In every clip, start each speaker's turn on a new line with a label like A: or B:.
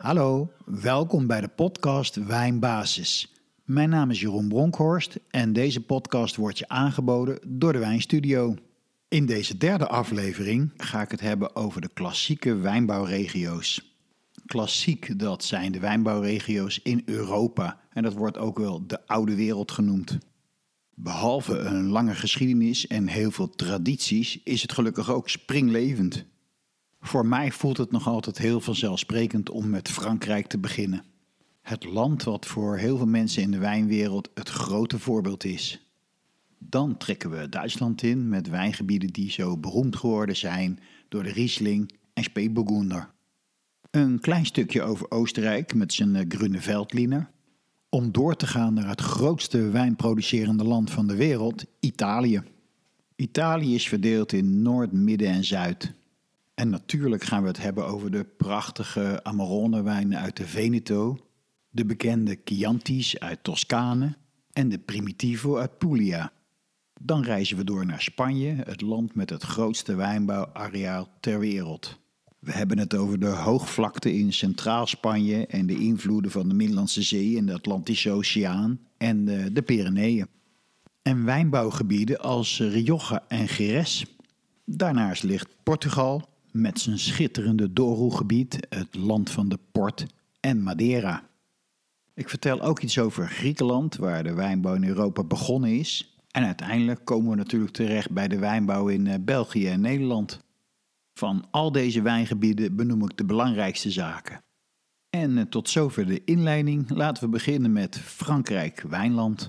A: Hallo, welkom bij de podcast Wijnbasis. Mijn naam is Jeroen Bronkhorst en deze podcast wordt je aangeboden door de Wijnstudio. In deze derde aflevering ga ik het hebben over de klassieke wijnbouwregio's. Klassiek, dat zijn de wijnbouwregio's in Europa en dat wordt ook wel de oude wereld genoemd. Behalve een lange geschiedenis en heel veel tradities is het gelukkig ook springlevend. Voor mij voelt het nog altijd heel vanzelfsprekend om met Frankrijk te beginnen. Het land wat voor heel veel mensen in de wijnwereld het grote voorbeeld is. Dan trekken we Duitsland in met wijngebieden die zo beroemd geworden zijn door de Riesling en Spätburgunder. Een klein stukje over Oostenrijk met zijn Grüne Veltliner. Om door te gaan naar het grootste wijnproducerende land van de wereld, Italië. Italië is verdeeld in Noord, Midden en Zuid. En natuurlijk gaan we het hebben over de prachtige Amarone-wijnen uit de Veneto, de bekende Chianti's uit Toscane en de Primitivo uit Puglia. Dan reizen we door naar Spanje, het land met het grootste wijnbouwareaal ter wereld. We hebben het over de hoogvlakte in Centraal Spanje en de invloeden van de Middellandse Zee en de Atlantische Oceaan en de Pyreneeën. En wijnbouwgebieden als Rioja en Jerez. Daarnaast ligt Portugal met zijn schitterende Douro-gebied, het land van de port en Madeira. Ik vertel ook iets over Griekenland, waar de wijnbouw in Europa begonnen is. En uiteindelijk komen we natuurlijk terecht bij de wijnbouw in België en Nederland. Van al deze wijngebieden benoem ik de belangrijkste zaken. En tot zover de inleiding. Laten we beginnen met Frankrijk, wijnland.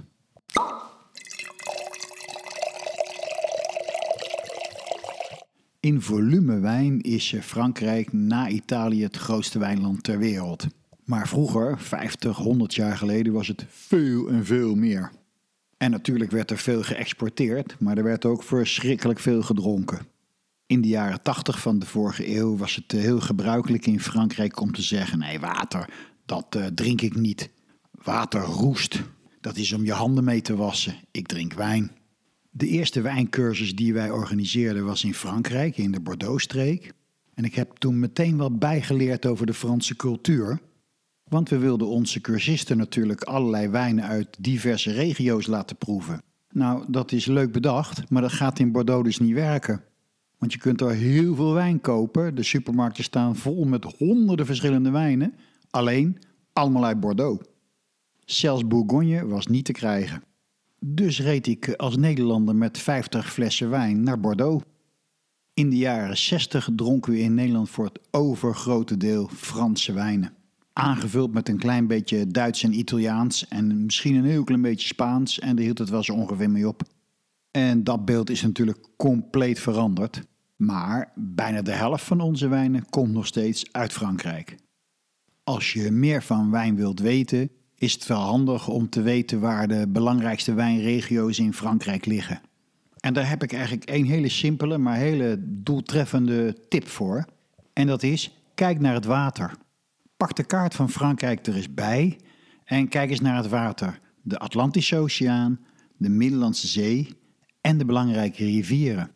A: In volume wijn is Frankrijk na Italië het grootste wijnland ter wereld. Maar vroeger, 50, 100 jaar geleden, was het veel en veel meer. En natuurlijk werd er veel geëxporteerd, maar er werd ook verschrikkelijk veel gedronken. In de jaren 80 van de vorige eeuw was het heel gebruikelijk in Frankrijk om te zeggen: nee, water, dat drink ik niet. Water roest, dat is om je handen mee te wassen. Ik drink wijn. De eerste wijncursus die wij organiseerden was in Frankrijk, in de Bordeaux-streek. En ik heb toen meteen wat bijgeleerd over de Franse cultuur. Want we wilden onze cursisten natuurlijk allerlei wijnen uit diverse regio's laten proeven. Nou, dat is leuk bedacht, maar dat gaat in Bordeaux dus niet werken. Want je kunt er heel veel wijn kopen. De supermarkten staan vol met honderden verschillende wijnen. Alleen, allemaal uit Bordeaux. Zelfs Bourgogne was niet te krijgen. Dus reed ik als Nederlander met 50 flessen wijn naar Bordeaux. In de jaren 60 dronken we in Nederland voor het overgrote deel Franse wijnen. Aangevuld met een klein beetje Duits en Italiaans en misschien een heel klein beetje Spaans. En daar hield het wel zo ongeveer mee op. En dat beeld is natuurlijk compleet veranderd. Maar bijna de helft van onze wijnen komt nog steeds uit Frankrijk. Als je meer van wijn wilt weten, is het wel handig om te weten waar de belangrijkste wijnregio's in Frankrijk liggen. En daar heb ik eigenlijk één hele simpele, maar hele doeltreffende tip voor. En dat is, kijk naar het water. Pak de kaart van Frankrijk er eens bij en kijk eens naar het water. De Atlantische Oceaan, de Middellandse Zee en de belangrijke rivieren.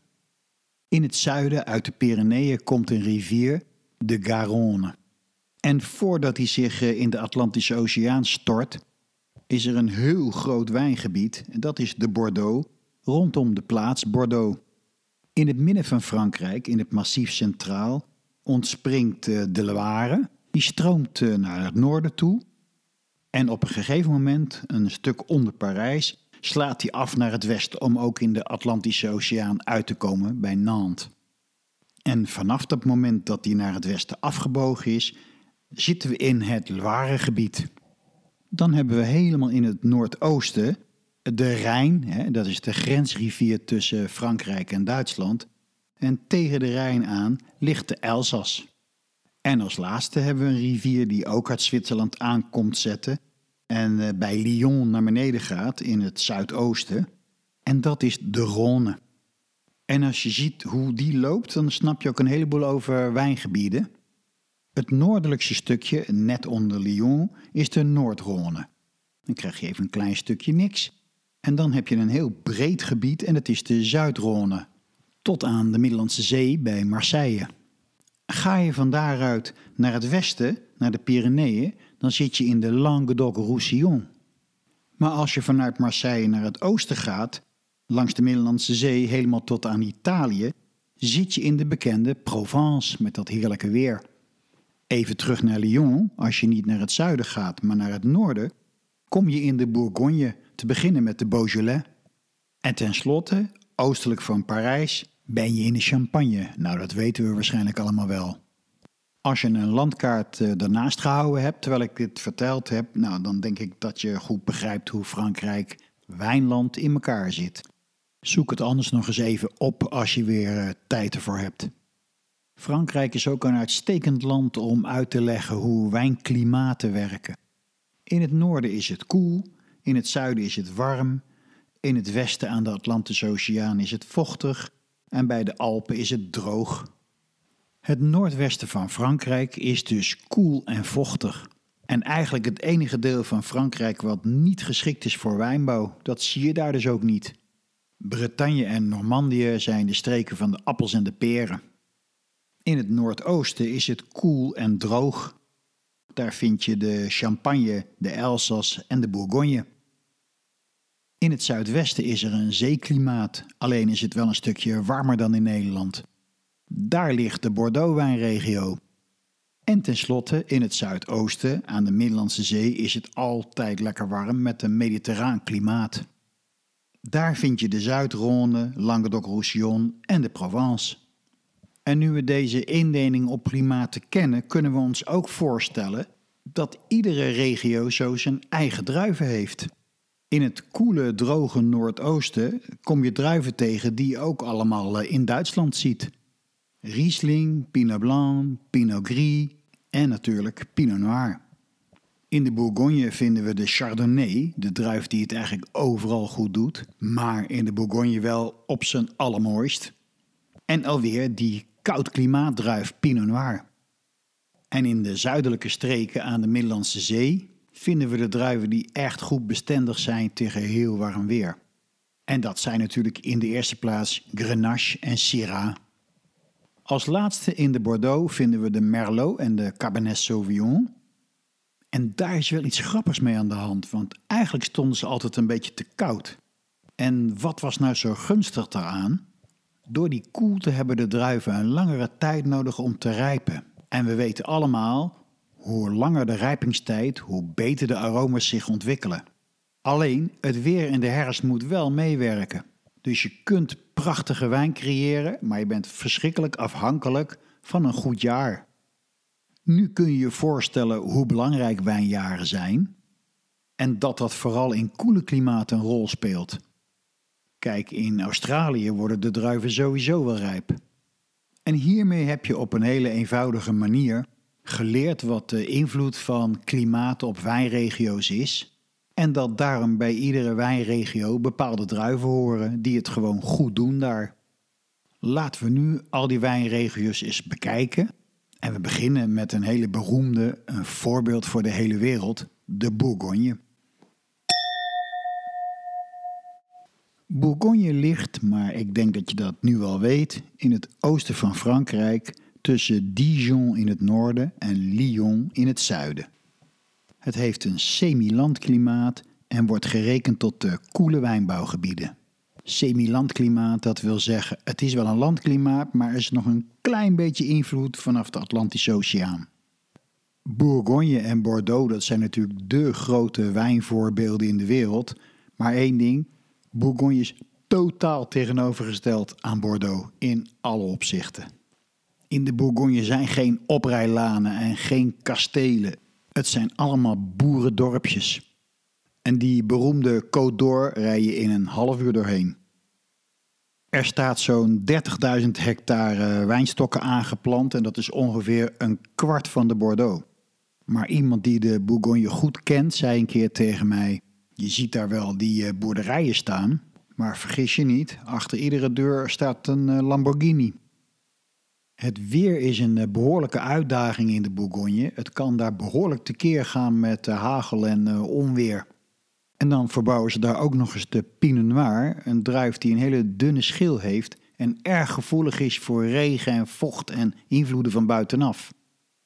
A: In het zuiden uit de Pyreneeën komt een rivier, de Garonne. En voordat hij zich in de Atlantische Oceaan stort, is er een heel groot wijngebied, en dat is de Bordeaux, rondom de plaats Bordeaux. In het midden van Frankrijk, in het Massief Centraal, ontspringt de Loire. Die stroomt naar het noorden toe. En op een gegeven moment, een stuk onder Parijs, slaat hij af naar het westen om ook in de Atlantische Oceaan uit te komen bij Nantes. En vanaf dat moment dat hij naar het westen afgebogen is, zitten we in het Loiregebied. Dan hebben we helemaal in het noordoosten de Rijn, dat is de grensrivier tussen Frankrijk en Duitsland. En tegen de Rijn aan ligt de Elzas. En als laatste hebben we een rivier die ook uit Zwitserland aankomt zetten en bij Lyon naar beneden gaat in het zuidoosten. En dat is de Rhône. En als je ziet hoe die loopt, dan snap je ook een heleboel over wijngebieden. Het noordelijkste stukje, net onder Lyon, is de Noord-Rhône. Dan krijg je even een klein stukje niks. En dan heb je een heel breed gebied en dat is de Zuid-Rhône. Tot aan de Middellandse Zee bij Marseille. Ga je van daaruit naar het westen, naar de Pyreneeën, dan zit je in de Languedoc-Roussillon. Maar als je vanuit Marseille naar het oosten gaat, langs de Middellandse Zee helemaal tot aan Italië, zit je in de bekende Provence met dat heerlijke weer. Even terug naar Lyon, als je niet naar het zuiden gaat, maar naar het noorden, kom je in de Bourgogne, te beginnen met de Beaujolais. En tenslotte, oostelijk van Parijs, ben je in de Champagne. Nou, dat weten we waarschijnlijk allemaal wel. Als je een landkaart ernaast gehouden hebt, terwijl ik dit verteld heb, nou, dan denk ik dat je goed begrijpt hoe Frankrijk, wijnland, in elkaar zit. Zoek het anders nog eens even op als je weer tijd ervoor hebt. Frankrijk is ook een uitstekend land om uit te leggen hoe wijnklimaten werken. In het noorden is het koel, in het zuiden is het warm, in het westen aan de Atlantische Oceaan is het vochtig en bij de Alpen is het droog. Het noordwesten van Frankrijk is dus koel en vochtig. En eigenlijk het enige deel van Frankrijk wat niet geschikt is voor wijnbouw, dat zie je daar dus ook niet. Bretagne en Normandië zijn de streken van de appels en de peren. In het noordoosten is het koel en droog. Daar vind je de Champagne, de Elzas en de Bourgogne. In het zuidwesten is er een zeeklimaat, alleen is het wel een stukje warmer dan in Nederland. Daar ligt de Bordeaux-wijnregio. En tenslotte in het zuidoosten, aan de Middellandse Zee, is het altijd lekker warm met een mediterraan klimaat. Daar vind je de Zuid-Rhône, Languedoc-Roussillon en de Provence. En nu we deze indeling op klimaten kennen, kunnen we ons ook voorstellen dat iedere regio zo zijn eigen druiven heeft. In het koele, droge Noordoosten kom je druiven tegen die je ook allemaal in Duitsland ziet. Riesling, Pinot Blanc, Pinot Gris en natuurlijk Pinot Noir. In de Bourgogne vinden we de Chardonnay, de druif die het eigenlijk overal goed doet, maar in de Bourgogne wel op zijn allermooist. En alweer die koud klimaatdruif Pinot Noir. En in de zuidelijke streken aan de Middellandse Zee vinden we de druiven die echt goed bestendig zijn tegen heel warm weer. En dat zijn natuurlijk in de eerste plaats Grenache en Syrah. Als laatste in de Bordeaux vinden we de Merlot en de Cabernet Sauvignon. En daar is wel iets grappigs mee aan de hand, want eigenlijk stonden ze altijd een beetje te koud. En wat was nou zo gunstig daaraan? Door die koelte hebben de druiven een langere tijd nodig om te rijpen. En we weten allemaal, hoe langer de rijpingstijd, hoe beter de aroma's zich ontwikkelen. Alleen, het weer in de herfst moet wel meewerken. Dus je kunt prachtige wijn creëren, maar je bent verschrikkelijk afhankelijk van een goed jaar. Nu kun je je voorstellen hoe belangrijk wijnjaren zijn en dat vooral in koele klimaten een rol speelt. Kijk, in Australië worden de druiven sowieso wel rijp. En hiermee heb je op een hele eenvoudige manier geleerd wat de invloed van klimaat op wijnregio's is en dat daarom bij iedere wijnregio bepaalde druiven horen die het gewoon goed doen daar. Laten we nu al die wijnregio's eens bekijken. En we beginnen met een hele beroemde, een voorbeeld voor de hele wereld, de Bourgogne. Bourgogne ligt, maar ik denk dat je dat nu al weet, in het oosten van Frankrijk tussen Dijon in het noorden en Lyon in het zuiden. Het heeft een semi-landklimaat en wordt gerekend tot de koele wijnbouwgebieden. Semi-landklimaat, dat wil zeggen, het is wel een landklimaat, maar er is nog een klein beetje invloed vanaf de Atlantische Oceaan. Bourgogne en Bordeaux, dat zijn natuurlijk de grote wijnvoorbeelden in de wereld. Maar één ding, Bourgogne is totaal tegenovergesteld aan Bordeaux in alle opzichten. In de Bourgogne zijn geen oprijlanen en geen kastelen. Het zijn allemaal boerendorpjes. En die beroemde Côte d'Or rij je in een half uur doorheen. Er staat zo'n 30.000 hectare wijnstokken aangeplant en dat is ongeveer een kwart van de Bordeaux. Maar iemand die de Bourgogne goed kent, zei een keer tegen mij: je ziet daar wel die boerderijen staan, maar vergis je niet, achter iedere deur staat een Lamborghini. Het weer is een behoorlijke uitdaging in de Bourgogne. Het kan daar behoorlijk tekeer gaan met hagel en onweer. En dan verbouwen ze daar ook nog eens de Pinot Noir, een druif die een hele dunne schil heeft en erg gevoelig is voor regen en vocht en invloeden van buitenaf.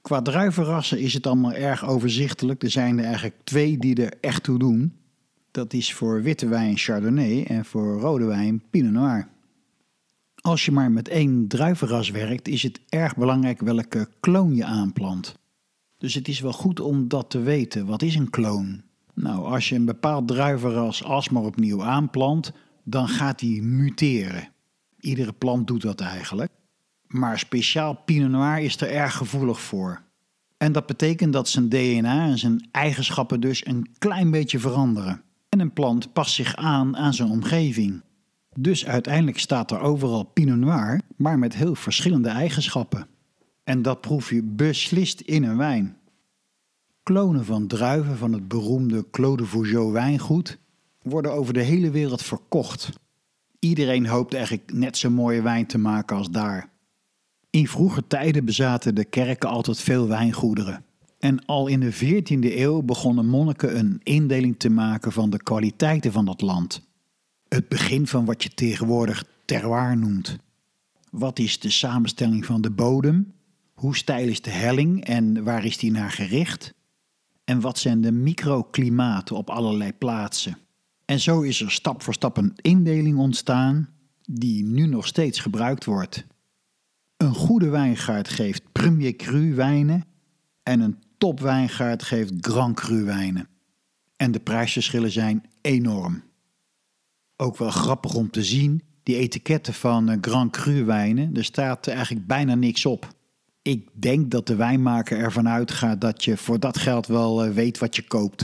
A: Qua druivenrassen is het allemaal erg overzichtelijk. Er zijn er eigenlijk 2 die er echt toe doen. Dat is voor witte wijn Chardonnay en voor rode wijn Pinot Noir. Als je maar met 1 druivenras werkt, is het erg belangrijk welke kloon je aanplant. Dus het is wel goed om dat te weten. Wat is een kloon? Nou, als je een bepaald druivenras alsmaar opnieuw aanplant, dan gaat die muteren. Iedere plant doet dat eigenlijk. Maar speciaal Pinot Noir is er erg gevoelig voor. En dat betekent dat zijn DNA en zijn eigenschappen dus een klein beetje veranderen. En een plant past zich aan zijn omgeving. Dus uiteindelijk staat er overal Pinot Noir, maar met heel verschillende eigenschappen. En dat proef je beslist in een wijn. Klonen van druiven van het beroemde Clos de Vougeot wijngoed worden over de hele wereld verkocht. Iedereen hoopt eigenlijk net zo'n mooie wijn te maken als daar. In vroege tijden bezaten de kerken altijd veel wijngoederen. En al in de 14e eeuw begonnen monniken een indeling te maken van de kwaliteiten van dat land. Het begin van wat je tegenwoordig terroir noemt. Wat is de samenstelling van de bodem? Hoe steil is de helling en waar is die naar gericht? En wat zijn de microklimaten op allerlei plaatsen? En zo is er stap voor stap een indeling ontstaan die nu nog steeds gebruikt wordt. Een goede wijngaard geeft Premier Cru wijnen en een topwijngaard geeft Grand Cru wijnen. En de prijsverschillen zijn enorm. Ook wel grappig om te zien, die etiketten van Grand Cru wijnen, er staat eigenlijk bijna niks op. Ik denk dat de wijnmaker ervan uitgaat dat je voor dat geld wel weet wat je koopt.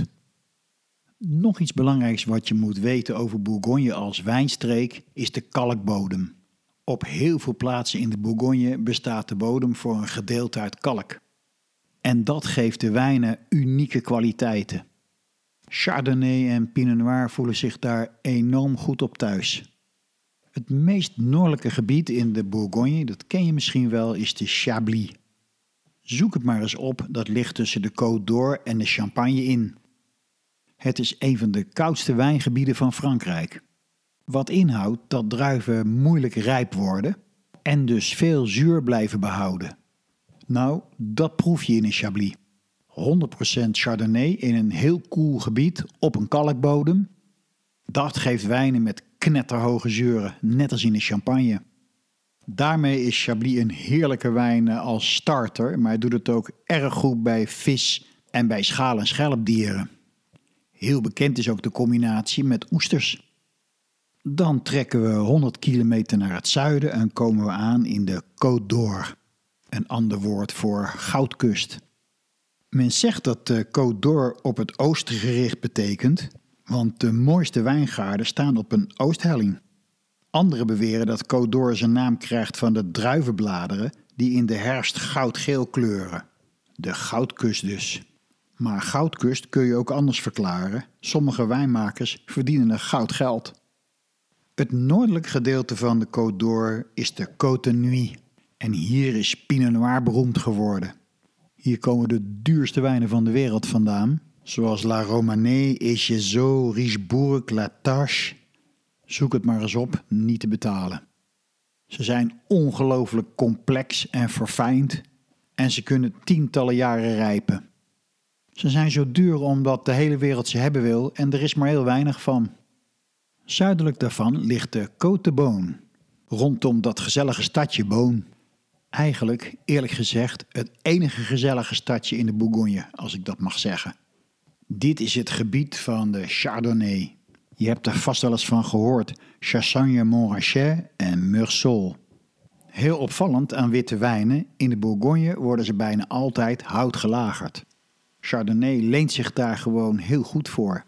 A: Nog iets belangrijks wat je moet weten over Bourgogne als wijnstreek is de kalkbodem. Op heel veel plaatsen in de Bourgogne bestaat de bodem voor een gedeelte uit kalk. En dat geeft de wijnen unieke kwaliteiten. Chardonnay en Pinot Noir voelen zich daar enorm goed op thuis. Het meest noordelijke gebied in de Bourgogne, dat ken je misschien wel, is de Chablis. Zoek het maar eens op, dat ligt tussen de Côte d'Or en de Champagne in. Het is een van de koudste wijngebieden van Frankrijk. Wat inhoudt dat druiven moeilijk rijp worden en dus veel zuur blijven behouden. Nou, dat proef je in een Chablis. 100% Chardonnay in een heel koel gebied op een kalkbodem. Dat geeft wijnen met knetterhoge zuren, net als in de Champagne. Daarmee is Chablis een heerlijke wijn als starter, maar hij doet het ook erg goed bij vis en bij schaal- en schelpdieren. Heel bekend is ook de combinatie met oesters. Dan trekken we 100 kilometer naar het zuiden en komen we aan in de Côte d'Or. Een ander woord voor goudkust. Men zegt dat de Côte d'Or op het oosten gericht betekent, want de mooiste wijngaarden staan op een oosthelling. Anderen beweren dat Côte d'Or zijn naam krijgt van de druivenbladeren die in de herfst goudgeel kleuren. De goudkust dus. Maar goudkust kun je ook anders verklaren. Sommige wijnmakers verdienen er goudgeld. Het noordelijk gedeelte van de Côte d'Or is de Côte de Nuits. En hier is Pinot Noir beroemd geworden. Hier komen de duurste wijnen van de wereld vandaan, zoals La Romanée, Echezeaux, Richebourg, La Tâche. Zoek het maar eens op, niet te betalen. Ze zijn ongelooflijk complex en verfijnd en ze kunnen tientallen jaren rijpen. Ze zijn zo duur omdat de hele wereld ze hebben wil en er is maar heel weinig van. Zuidelijk daarvan ligt de Côte de Beaune, rondom dat gezellige stadje Beaune. Eigenlijk, eerlijk gezegd, het enige gezellige stadje in de Bourgogne, als ik dat mag zeggen. Dit is het gebied van de Chardonnay. Je hebt er vast wel eens van gehoord, Chassagne-Montrachet en Meursault. Heel opvallend aan witte wijnen, in de Bourgogne worden ze bijna altijd hout gelagerd. Chardonnay leent zich daar gewoon heel goed voor.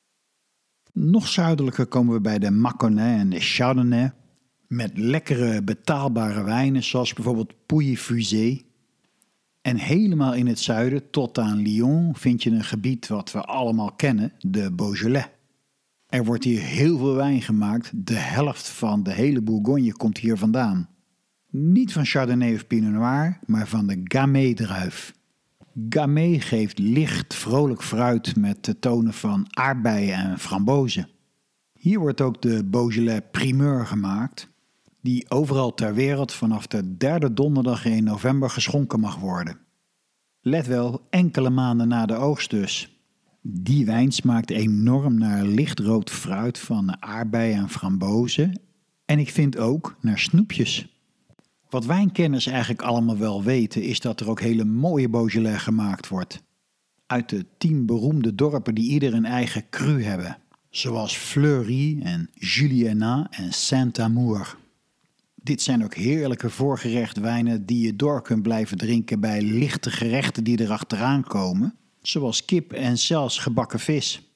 A: Nog zuidelijker komen we bij de Mâconnais en de Chardonnay, met lekkere betaalbare wijnen zoals bijvoorbeeld Pouilly-Fusé. En helemaal in het zuiden tot aan Lyon vind je een gebied wat we allemaal kennen, de Beaujolais. Er wordt hier heel veel wijn gemaakt, de helft van de hele Bourgogne komt hier vandaan. Niet van Chardonnay of Pinot Noir, maar van de Gamay-druif. Gamay geeft licht, vrolijk fruit met de tonen van aardbeien en frambozen. Hier wordt ook de Beaujolais Primeur gemaakt, die overal ter wereld vanaf de derde donderdag in november geschonken mag worden. Let wel, enkele maanden na de oogst dus. Die wijn smaakt enorm naar lichtrood fruit van aardbeien en frambozen. En ik vind ook naar snoepjes. Wat wijnkenners eigenlijk allemaal wel weten is dat er ook hele mooie Beaujolais gemaakt wordt. Uit de 10 beroemde dorpen die ieder een eigen cru hebben. Zoals Fleury en Juliena en Saint-Amour. Dit zijn ook heerlijke voorgerecht wijnen die je door kunt blijven drinken bij lichte gerechten die erachteraan komen. Zoals kip en zelfs gebakken vis.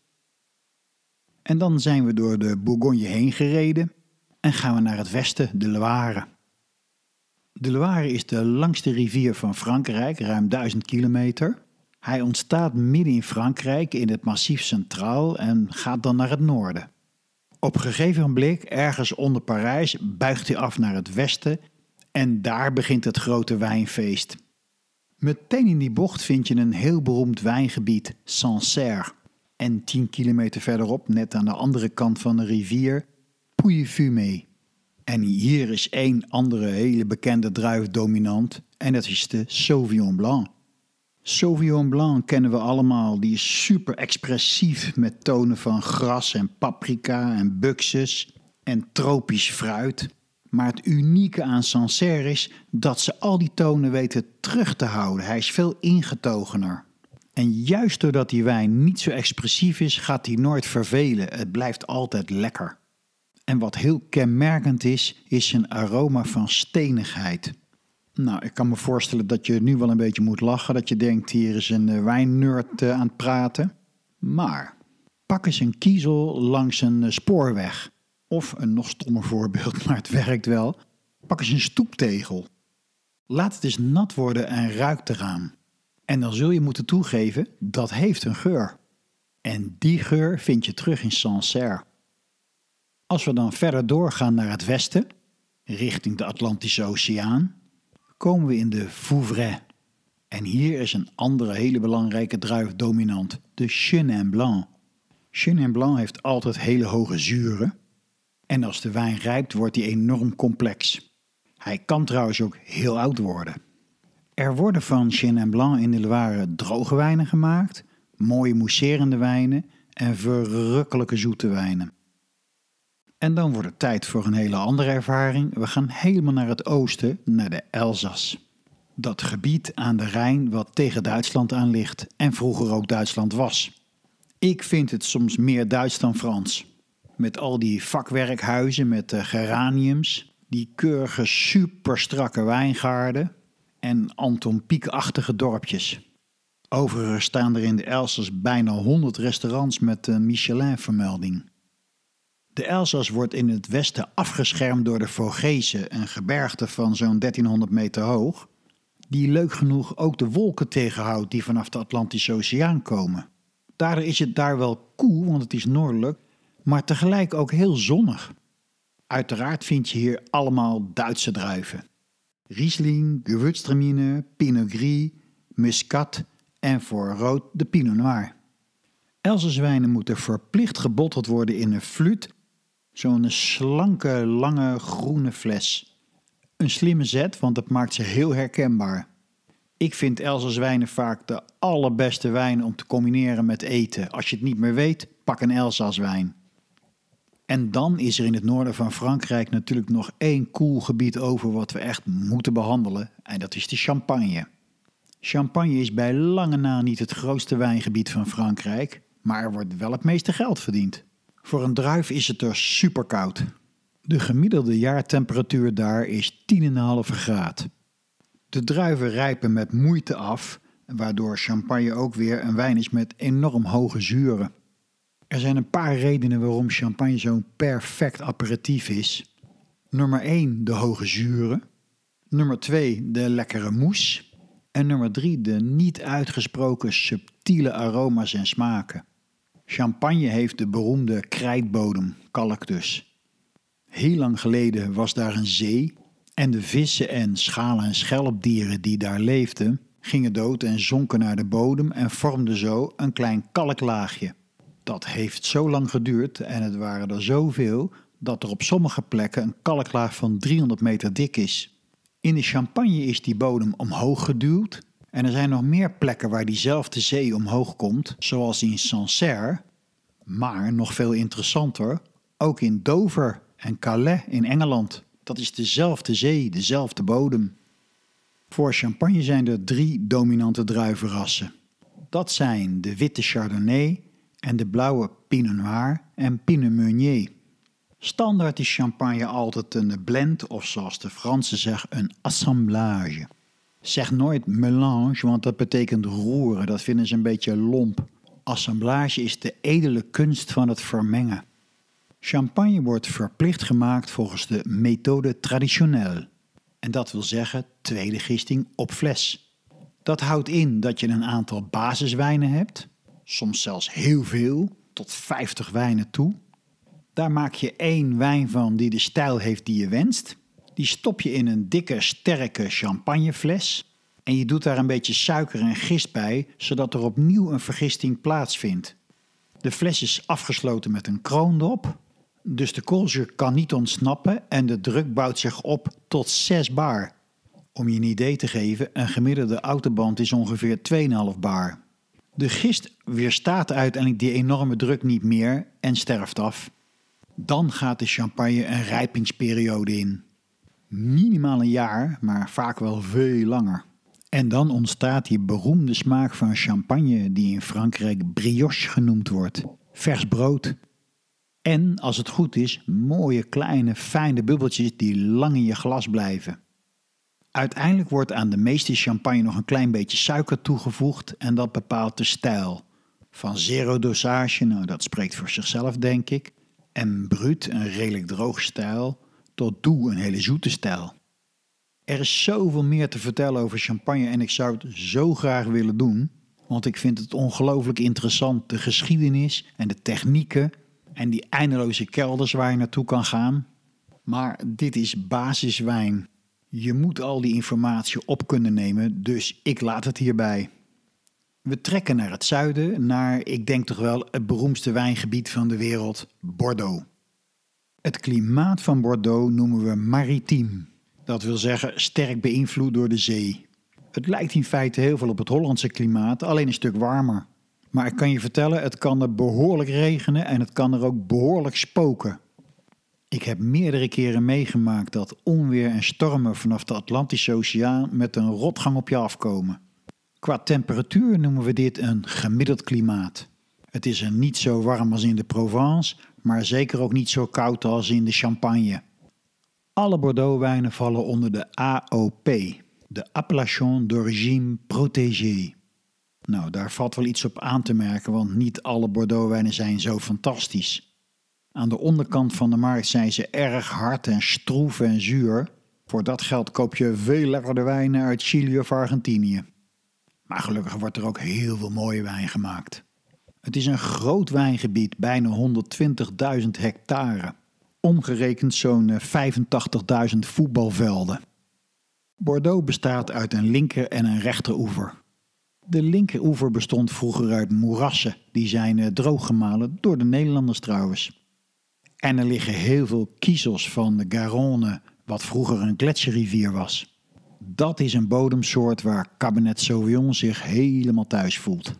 A: En dan zijn we door de Bourgogne heen gereden en gaan we naar het westen, de Loire. De Loire is de langste rivier van Frankrijk, ruim 1000 kilometer. Hij ontstaat midden in Frankrijk in het Massief Centraal en gaat dan naar het noorden. Op een gegeven moment, ergens onder Parijs, buigt hij af naar het westen en daar begint het grote wijnfeest. Meteen in die bocht vind je een heel beroemd wijngebied, Sancerre. En 10 kilometer verderop, net aan de andere kant van de rivier, Pouilly-Fumé. En hier is één andere hele bekende druif dominant en dat is de Sauvignon Blanc. Sauvignon Blanc kennen we allemaal, die is super expressief met tonen van gras en paprika en buxus en tropisch fruit. Maar het unieke aan Sancerre is dat ze al die tonen weten terug te houden. Hij is veel ingetogener. En juist doordat die wijn niet zo expressief is, gaat hij nooit vervelen. Het blijft altijd lekker. En wat heel kenmerkend is zijn aroma van stenigheid. Nou, ik kan me voorstellen dat je nu wel een beetje moet lachen. Dat je denkt, hier is een wijnnerd aan het praten. Maar pak eens een kiezel langs een spoorweg. Of een nog stommer voorbeeld, maar het werkt wel. Pak eens een stoeptegel. Laat het eens nat worden en ruik eraan. En dan zul je moeten toegeven, dat heeft een geur. En die geur vind je terug in Sancerre. Als we dan verder doorgaan naar het westen, richting de Atlantische Oceaan, komen we in de Vouvray. En hier is een andere hele belangrijke druif dominant, de Chenin Blanc. Chenin Blanc heeft altijd hele hoge zuren. En als de wijn rijpt, wordt hij enorm complex. Hij kan trouwens ook heel oud worden. Er worden van Chenin Blanc in de Loire droge wijnen gemaakt, mooie mousserende wijnen en verrukkelijke zoete wijnen. En dan wordt het tijd voor een hele andere ervaring. We gaan helemaal naar het oosten, naar de Elzas. Dat gebied aan de Rijn wat tegen Duitsland aan ligt en vroeger ook Duitsland was. Ik vind het soms meer Duits dan Frans. Met al die vakwerkhuizen met geraniums, die keurige superstrakke wijngaarden en Anton Pieck-achtige dorpjes. Overigens staan er in de Elzas bijna 100 restaurants met een Michelin-vermelding. De Elzas wordt in het westen afgeschermd door de Vogesen, een gebergte van zo'n 1300 meter hoog, die leuk genoeg ook de wolken tegenhoudt die vanaf de Atlantische Oceaan komen. Daardoor is het daar wel koel, want het is noordelijk, maar tegelijk ook heel zonnig. Uiteraard vind je hier allemaal Duitse druiven. Riesling, Gewürztraminer, Pinot Gris, Muscat en voor rood de Pinot Noir. Elzaswijnen moeten verplicht gebotteld worden in een fluit, zo'n slanke, lange, groene fles. Een slimme zet, want dat maakt ze heel herkenbaar. Ik vind Elzaswijnen vaak de allerbeste wijn om te combineren met eten. Als je het niet meer weet, pak een Elzaswijn. En dan is er in het noorden van Frankrijk natuurlijk nog één cool gebied over wat we echt moeten behandelen. En dat is de Champagne. Champagne is bij lange na niet het grootste wijngebied van Frankrijk, maar er wordt wel het meeste geld verdiend. Voor een druif is het er superkoud. De gemiddelde jaartemperatuur daar is 10,5 graden. De druiven rijpen met moeite af, waardoor champagne ook weer een wijn is met enorm hoge zuren. Er zijn een paar redenen waarom champagne zo'n perfect aperitief is. Nummer 1, de hoge zuren. Nummer 2, de lekkere mousse. En nummer 3, de niet uitgesproken subtiele aroma's en smaken. Champagne heeft de beroemde krijtbodem, kalk dus. Heel lang geleden was daar een zee en de vissen en schalen- en schelpdieren die daar leefden gingen dood en zonken naar de bodem en vormden zo een klein kalklaagje. Dat heeft zo lang geduurd en het waren er zoveel dat er op sommige plekken een kalklaag van 300 meter dik is. In de Champagne is die bodem omhoog geduwd En er zijn nog meer plekken waar diezelfde zee omhoog komt, zoals in Sancerre. Maar nog veel interessanter, ook in Dover en Calais in Engeland. Dat is dezelfde zee, dezelfde bodem. Voor champagne zijn er 3 dominante druivenrassen. Dat zijn de witte Chardonnay en de blauwe Pinot Noir en Pinot Meunier. Standaard is champagne altijd een blend of zoals de Fransen zeggen een assemblage. Zeg nooit mélange, want dat betekent roeren, dat vinden ze een beetje lomp. Assemblage is de edele kunst van het vermengen. Champagne wordt verplicht gemaakt volgens de méthode traditionnelle. En dat wil zeggen tweede gisting op fles. Dat houdt in dat je een aantal basiswijnen hebt, soms zelfs heel veel, tot 50 wijnen toe. Daar maak je 1 wijn van die de stijl heeft die je wenst. Die stop je in een dikke, sterke champagnefles. En je doet daar een beetje suiker en gist bij, zodat er opnieuw een vergisting plaatsvindt. De fles is afgesloten met een kroondop. Dus de koolzuur kan niet ontsnappen en de druk bouwt zich op tot 6 bar. Om je een idee te geven, een gemiddelde autoband is ongeveer 2,5 bar. De gist weerstaat uiteindelijk die enorme druk niet meer en sterft af. Dan gaat de champagne een rijpingsperiode in. Minimaal een jaar, maar vaak wel veel langer. En dan ontstaat die beroemde smaak van champagne die in Frankrijk brioche genoemd wordt. Vers brood. En, als het goed is, mooie kleine fijne bubbeltjes die lang in je glas blijven. Uiteindelijk wordt aan de meeste champagne nog een klein beetje suiker toegevoegd en dat bepaalt de stijl. Van zero dosage, nou dat spreekt voor zichzelf denk ik, en brut, een redelijk droog stijl, tot doux, een hele zoete stijl. Er is zoveel meer te vertellen over champagne en ik zou het zo graag willen doen, want ik vind het ongelooflijk interessant, de geschiedenis en de technieken en die eindeloze kelders waar je naartoe kan gaan. Maar dit is basiswijn. Je moet al die informatie op kunnen nemen, dus ik laat het hierbij. We trekken naar het zuiden, naar, ik denk toch wel, het beroemdste wijngebied van de wereld, Bordeaux. Het klimaat van Bordeaux noemen we maritiem. Dat wil zeggen sterk beïnvloed door de zee. Het lijkt in feite heel veel op het Hollandse klimaat, alleen een stuk warmer. Maar ik kan je vertellen, het kan er behoorlijk regenen en het kan er ook behoorlijk spoken. Ik heb meerdere keren meegemaakt dat onweer en stormen vanaf de Atlantische Oceaan met een rotgang op je afkomen. Qua temperatuur noemen we dit een gemiddeld klimaat. Het is er niet zo warm als in de Provence, maar zeker ook niet zo koud als in de Champagne. Alle Bordeaux-wijnen vallen onder de AOP, de Appellation d'Origine Protégée. Nou, daar valt wel iets op aan te merken, want niet alle Bordeaux-wijnen zijn zo fantastisch. Aan de onderkant van de markt zijn ze erg hard en stroef en zuur. Voor dat geld koop je veel lekkerder wijnen uit Chili of Argentinië. Maar gelukkig wordt er ook heel veel mooie wijn gemaakt. Het is een groot wijngebied, bijna 120.000 hectare. Omgerekend zo'n 85.000 voetbalvelden. Bordeaux bestaat uit een linker- en een rechteroever. De linkeroever bestond vroeger uit moerassen, die zijn drooggemalen door de Nederlanders trouwens. En er liggen heel veel kiezels van de Garonne, wat vroeger een gletsjerrivier was. Dat is een bodemsoort waar Cabernet Sauvignon zich helemaal thuis voelt.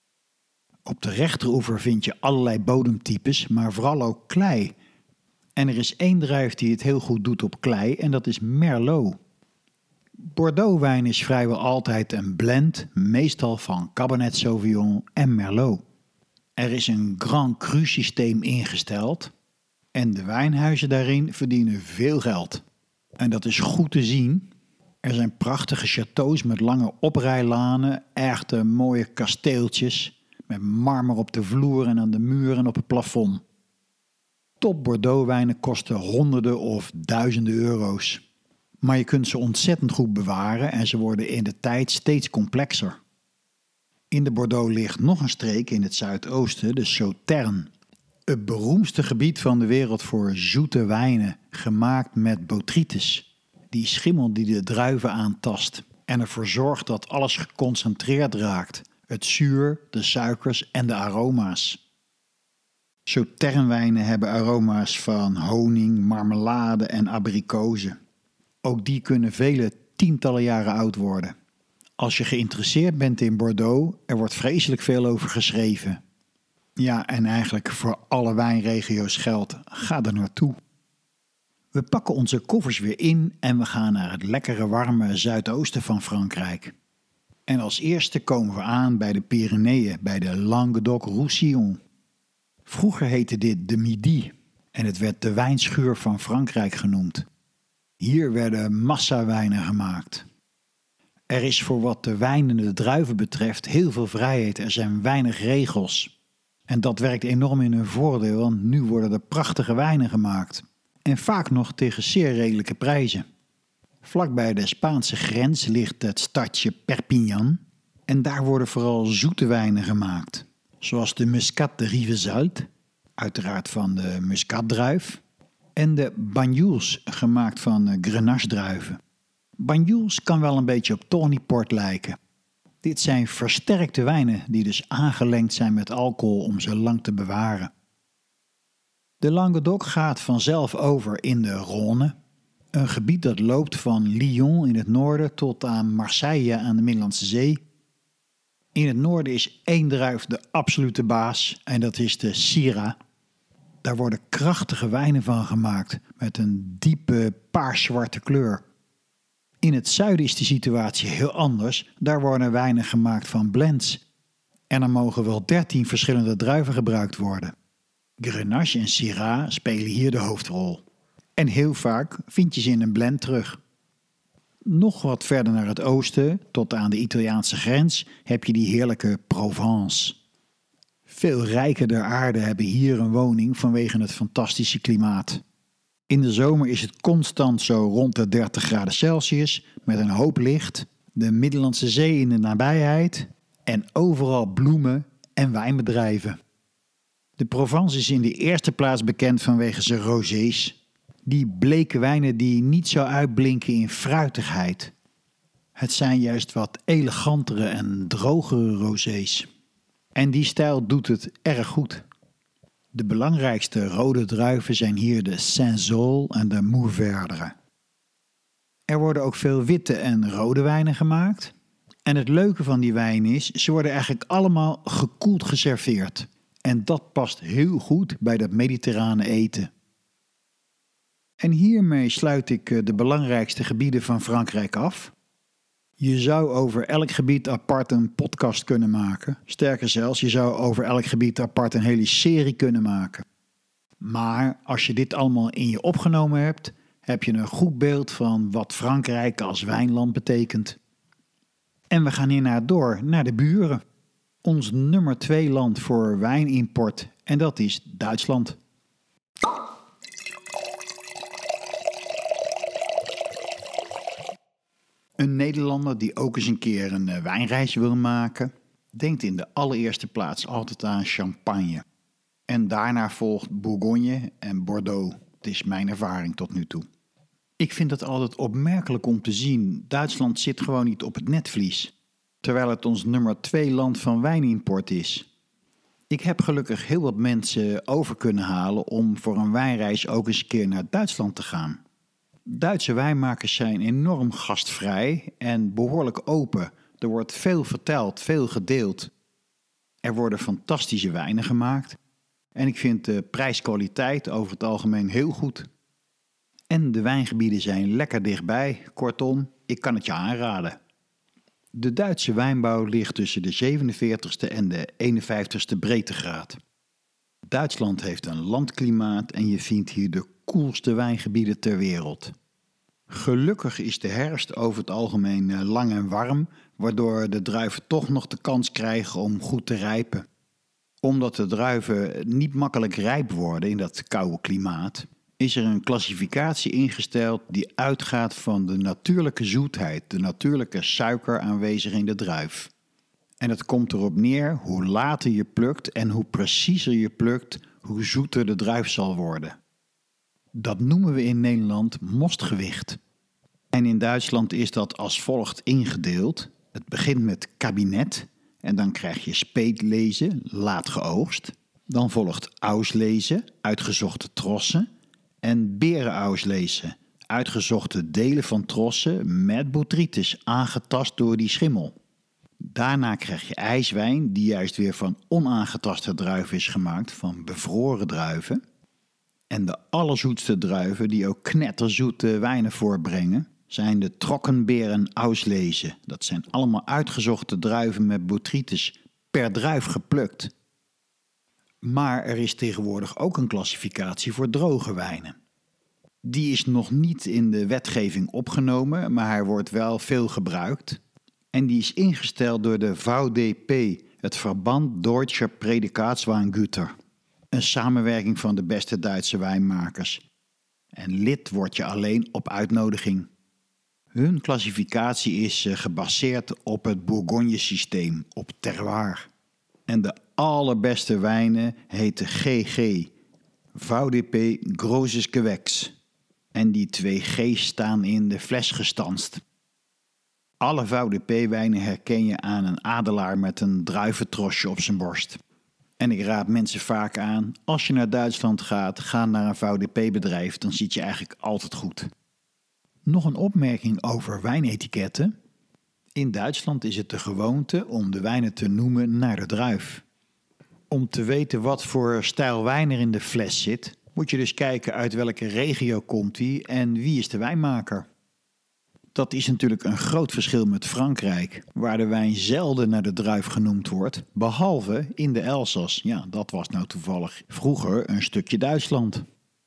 A: Op de rechteroever vind je allerlei bodemtypes, maar vooral ook klei. En er is 1 druif die het heel goed doet op klei en dat is Merlot. Bordeaux-wijn is vrijwel altijd een blend, meestal van Cabernet Sauvignon en Merlot. Er is een Grand Cru systeem ingesteld en de wijnhuizen daarin verdienen veel geld. En dat is goed te zien. Er zijn prachtige châteaus met lange oprijlanen, echte mooie kasteeltjes met marmer op de vloer en aan de muren en op het plafond. Top Bordeaux-wijnen kosten honderden of duizenden euro's. Maar je kunt ze ontzettend goed bewaren en ze worden in de tijd steeds complexer. In de Bordeaux ligt nog een streek in het zuidoosten, de Sauternes. Het beroemdste gebied van de wereld voor zoete wijnen, gemaakt met botrytis. Die schimmel die de druiven aantast en ervoor zorgt dat alles geconcentreerd raakt. Het zuur, de suikers en de aroma's. Sauternes-wijnen hebben aroma's van honing, marmelade en abrikozen. Ook die kunnen vele tientallen jaren oud worden. Als je geïnteresseerd bent in Bordeaux, er wordt vreselijk veel over geschreven. Ja, en eigenlijk voor alle wijnregio's geldt, ga er naartoe. We pakken onze koffers weer in en we gaan naar het lekkere warme zuidoosten van Frankrijk. En als eerste komen we aan bij de Pyreneeën, bij de Languedoc-Roussillon. Vroeger heette dit de Midi en het werd de wijnschuur van Frankrijk genoemd. Hier werden massawijnen gemaakt. Er is voor wat de wijn en de druiven betreft heel veel vrijheid, er zijn weinig regels. En dat werkt enorm in hun voordeel, want nu worden er prachtige wijnen gemaakt. En vaak nog tegen zeer redelijke prijzen. Vlakbij de Spaanse grens ligt het stadje Perpignan. En daar worden vooral zoete wijnen gemaakt. Zoals de Muscat de Rivesaltes, uiteraard van de muscatdruif. En de Banyuls, gemaakt van Grenache-druiven. Banyuls kan wel een beetje op Tawny Port lijken. Dit zijn versterkte wijnen die dus aangelengd zijn met alcohol om ze lang te bewaren. De Languedoc gaat vanzelf over in de Rhône, een gebied dat loopt van Lyon in het noorden tot aan Marseille aan de Middellandse Zee. In het noorden is één druif de absolute baas en dat is de Syrah. Daar worden krachtige wijnen van gemaakt met een diepe paarzwarte kleur. In het zuiden is de situatie heel anders. Daar worden wijnen gemaakt van blends. En er mogen wel 13 verschillende druiven gebruikt worden. Grenache en Syrah spelen hier de hoofdrol. En heel vaak vind je ze in een blend terug. Nog wat verder naar het oosten, tot aan de Italiaanse grens, heb je die heerlijke Provence. Veel rijken der aarde hebben hier een woning vanwege het fantastische klimaat. In de zomer is het constant zo rond de 30 graden Celsius met een hoop licht, de Middellandse Zee in de nabijheid en overal bloemen en wijnbedrijven. De Provence is in de eerste plaats bekend vanwege zijn rosés, die bleke wijnen die niet zo uitblinken in fruitigheid. Het zijn juist wat elegantere en drogere rosés. En die stijl doet het erg goed. De belangrijkste rode druiven zijn hier de Cinsault en de Mourvèdre. Er worden ook veel witte en rode wijnen gemaakt. En het leuke van die wijn is, ze worden eigenlijk allemaal gekoeld geserveerd. En dat past heel goed bij dat mediterrane eten. En hiermee sluit ik de belangrijkste gebieden van Frankrijk af. Je zou over elk gebied apart een podcast kunnen maken. Sterker zelfs, je zou over elk gebied apart een hele serie kunnen maken. Maar als je dit allemaal in je opgenomen hebt, heb je een goed beeld van wat Frankrijk als wijnland betekent. En we gaan hierna door naar de buren. Ons nummer 2 land voor wijnimport, en dat is Duitsland. Een Nederlander die ook eens een keer een wijnreis wil maken, denkt in de allereerste plaats altijd aan champagne. En daarna volgt Bourgogne en Bordeaux. Het is mijn ervaring tot nu toe. Ik vind het altijd opmerkelijk om te zien, Duitsland zit gewoon niet op het netvlies, terwijl het ons nummer 2 land van wijnimport is. Ik heb gelukkig heel wat mensen over kunnen halen om voor een wijnreis ook eens een keer naar Duitsland te gaan. Duitse wijnmakers zijn enorm gastvrij en behoorlijk open. Er wordt veel verteld, veel gedeeld. Er worden fantastische wijnen gemaakt. En ik vind de prijs-kwaliteit over het algemeen heel goed. En de wijngebieden zijn lekker dichtbij. Kortom, ik kan het je aanraden. De Duitse wijnbouw ligt tussen de 47ste en de 51ste breedtegraad. Duitsland heeft een landklimaat en je vindt hier de koelste wijngebieden ter wereld. Gelukkig is de herfst over het algemeen lang en warm, waardoor de druiven toch nog de kans krijgen om goed te rijpen. Omdat de druiven niet makkelijk rijp worden in dat koude klimaat, is er een klassificatie ingesteld die uitgaat van de natuurlijke zoetheid, de natuurlijke suiker aanwezig in de druif. En het komt erop neer hoe later je plukt en hoe preciezer je plukt, hoe zoeter de druif zal worden. Dat noemen we in Nederland mostgewicht. En in Duitsland is dat als volgt ingedeeld. Het begint met kabinet en dan krijg je speetlezen, laat geoogst. Dan volgt auslezen, uitgezochte trossen en berenauslese, uitgezochte delen van trossen met botrytis aangetast door die schimmel. Daarna krijg je ijswijn die juist weer van onaangetaste druiven is gemaakt, van bevroren druiven. En de allerzoetste druiven die ook knetterzoete wijnen voorbrengen zijn de Trockenbeer en Auslese. Dat zijn allemaal uitgezochte druiven met botrytis per druif geplukt. Maar er is tegenwoordig ook een klassificatie voor droge wijnen. Die is nog niet in de wetgeving opgenomen, maar hij wordt wel veel gebruikt. En die is ingesteld door de VDP, het Verband Deutscher Predikaatsweingüter. Een samenwerking van de beste Duitse wijnmakers. En lid word je alleen op uitnodiging. Hun klassificatie is gebaseerd op het Bourgogne-systeem, op terroir. En de allerbeste wijnen heten GG, VDP Grosses Gewächs. En die 2 G's staan in de fles gestanst. Alle VDP-wijnen herken je aan een adelaar met een druiventrosje op zijn borst. En ik raad mensen vaak aan, als je naar Duitsland gaat, ga naar een VDP-bedrijf, dan zit je eigenlijk altijd goed. Nog een opmerking over wijnetiketten. In Duitsland is het de gewoonte om de wijnen te noemen naar de druif. Om te weten wat voor stijl wijn er in de fles zit, moet je dus kijken uit welke regio komt die en wie is de wijnmaker. Dat is natuurlijk een groot verschil met Frankrijk, waar de wijn zelden naar de druif genoemd wordt, behalve in de Elzas. Ja, dat was nou toevallig vroeger een stukje Duitsland.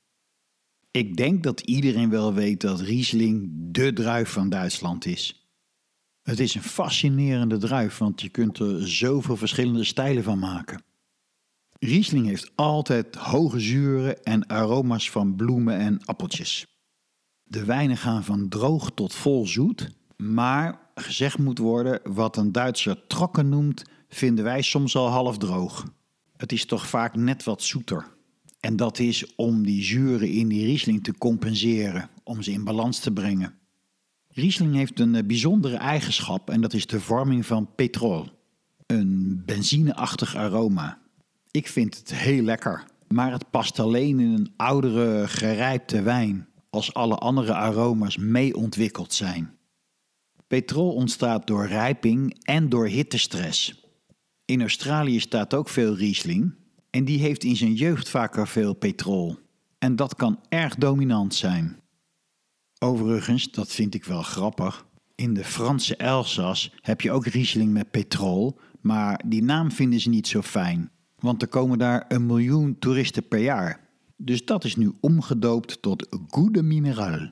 A: Ik denk dat iedereen wel weet dat Riesling dé druif van Duitsland is. Het is een fascinerende druif, want je kunt er zoveel verschillende stijlen van maken. Riesling heeft altijd hoge zuren en aroma's van bloemen en appeltjes. De wijnen gaan van droog tot vol zoet, maar gezegd moet worden, wat een Duitser trocken noemt, vinden wij soms al half droog. Het is toch vaak net wat zoeter. En dat is om die zuren in die Riesling te compenseren, om ze in balans te brengen. Riesling heeft een bijzondere eigenschap en dat is de vorming van petrol. Een benzineachtig aroma. Ik vind het heel lekker, maar het past alleen in een oudere, gerijpte wijn, als alle andere aroma's mee ontwikkeld zijn. Petrol ontstaat door rijping en door hittestress. In Australië staat ook veel Riesling en die heeft in zijn jeugd vaker veel petrol. En dat kan erg dominant zijn. Overigens, dat vind ik wel grappig, in de Franse Elzas heb je ook Riesling met petrol, maar die naam vinden ze niet zo fijn, want er komen daar 1 miljoen toeristen per jaar. Dus dat is nu omgedoopt tot Goede Mineral.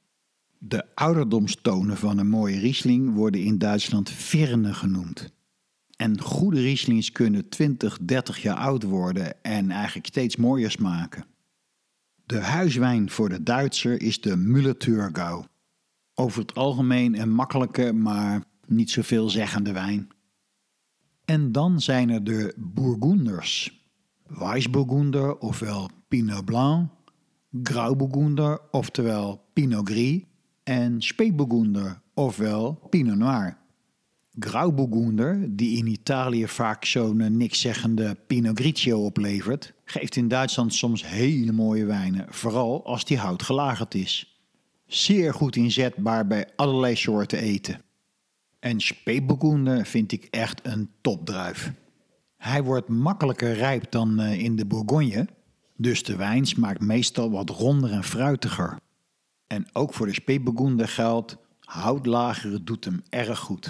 A: De ouderdomstonen van een mooie Riesling worden in Duitsland Virne genoemd. En goede Rieslings kunnen 20, 30 jaar oud worden en eigenlijk steeds mooier smaken. De huiswijn voor de Duitser is de Müller-Thurgau. Over het algemeen een makkelijke, maar niet zoveel zeggende wijn. En dan zijn er de Bourgonders. Weissburgunder, ofwel Pinot Blanc, Grauburgunder, oftewel Pinot Gris, en Spätburgunder, ofwel Pinot Noir. Grauburgunder, die in Italië vaak zo'n nikszeggende Pinot Grigio oplevert, geeft in Duitsland soms hele mooie wijnen, vooral als die hout gelagerd is. Zeer goed inzetbaar bij allerlei soorten eten. En Spätburgunder vind ik echt een topdruif. Hij wordt makkelijker rijp dan in de Bourgogne, dus de wijn smaakt meestal wat ronder en fruitiger. En ook voor de Spätburgunder geldt, houtlagere doet hem erg goed.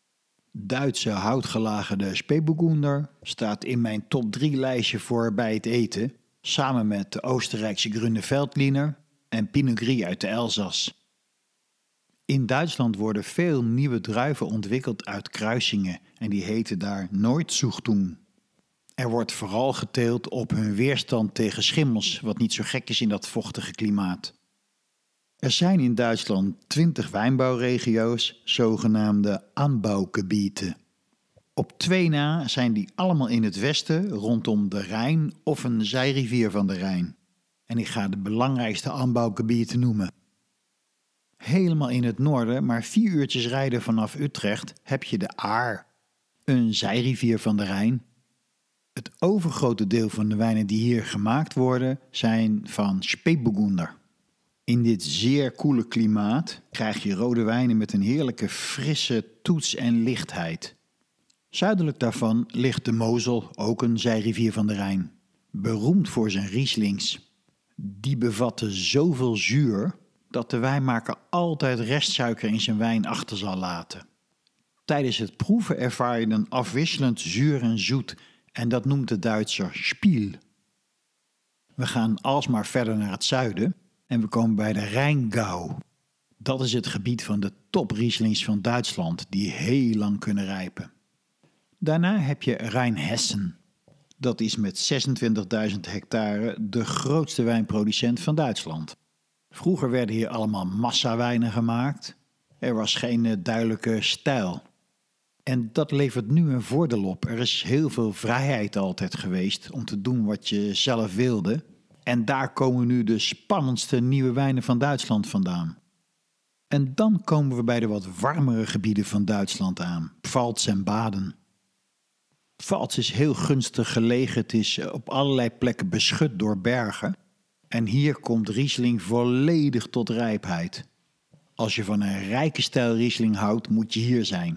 A: Duitse houtgelagerde Spätburgunder staat in mijn top 3 lijstje voor bij het eten, samen met de Oostenrijkse Grüne Veltliner en Pinot Gris uit de Elzas. In Duitsland worden veel nieuwe druiven ontwikkeld uit kruisingen en die heten daar Neuzuchtung. Er wordt vooral geteeld op hun weerstand tegen schimmels, wat niet zo gek is in dat vochtige klimaat. Er zijn in Duitsland 20 wijnbouwregio's, zogenaamde Anbaugebiete. Op 2 na zijn die allemaal in het westen rondom de Rijn of een zijrivier van de Rijn. En ik ga de belangrijkste Anbaugebiete noemen. Helemaal in het noorden, maar 4 uurtjes rijden vanaf Utrecht, heb je de Aar, een zijrivier van de Rijn. Het overgrote deel van de wijnen die hier gemaakt worden zijn van Spätburgunder. In dit zeer koele klimaat krijg je rode wijnen met een heerlijke frisse toets en lichtheid. Zuidelijk daarvan ligt de Mosel, ook een zijrivier van de Rijn. Beroemd voor zijn Rieslings. Die bevatten zoveel zuur dat de wijnmaker altijd restsuiker in zijn wijn achter zal laten. Tijdens het proeven ervaar je een afwisselend zuur en zoet en dat noemt de Duitser Spiel. We gaan alsmaar verder naar het zuiden en we komen bij de Rheingau. Dat is het gebied van de top Rieslings van Duitsland die heel lang kunnen rijpen. Daarna heb je Rheinhessen. Dat is met 26.000 hectare de grootste wijnproducent van Duitsland. Vroeger werden hier allemaal massawijnen gemaakt. Er was geen duidelijke stijl. En dat levert nu een voordeel op. Er is heel veel vrijheid altijd geweest om te doen wat je zelf wilde. En daar komen nu de spannendste nieuwe wijnen van Duitsland vandaan. En dan komen we bij de wat warmere gebieden van Duitsland aan. Pfalz en Baden. Pfalz is heel gunstig gelegen. Het is op allerlei plekken beschut door bergen. En hier komt Riesling volledig tot rijpheid. Als je van een rijke stijl Riesling houdt, moet je hier zijn.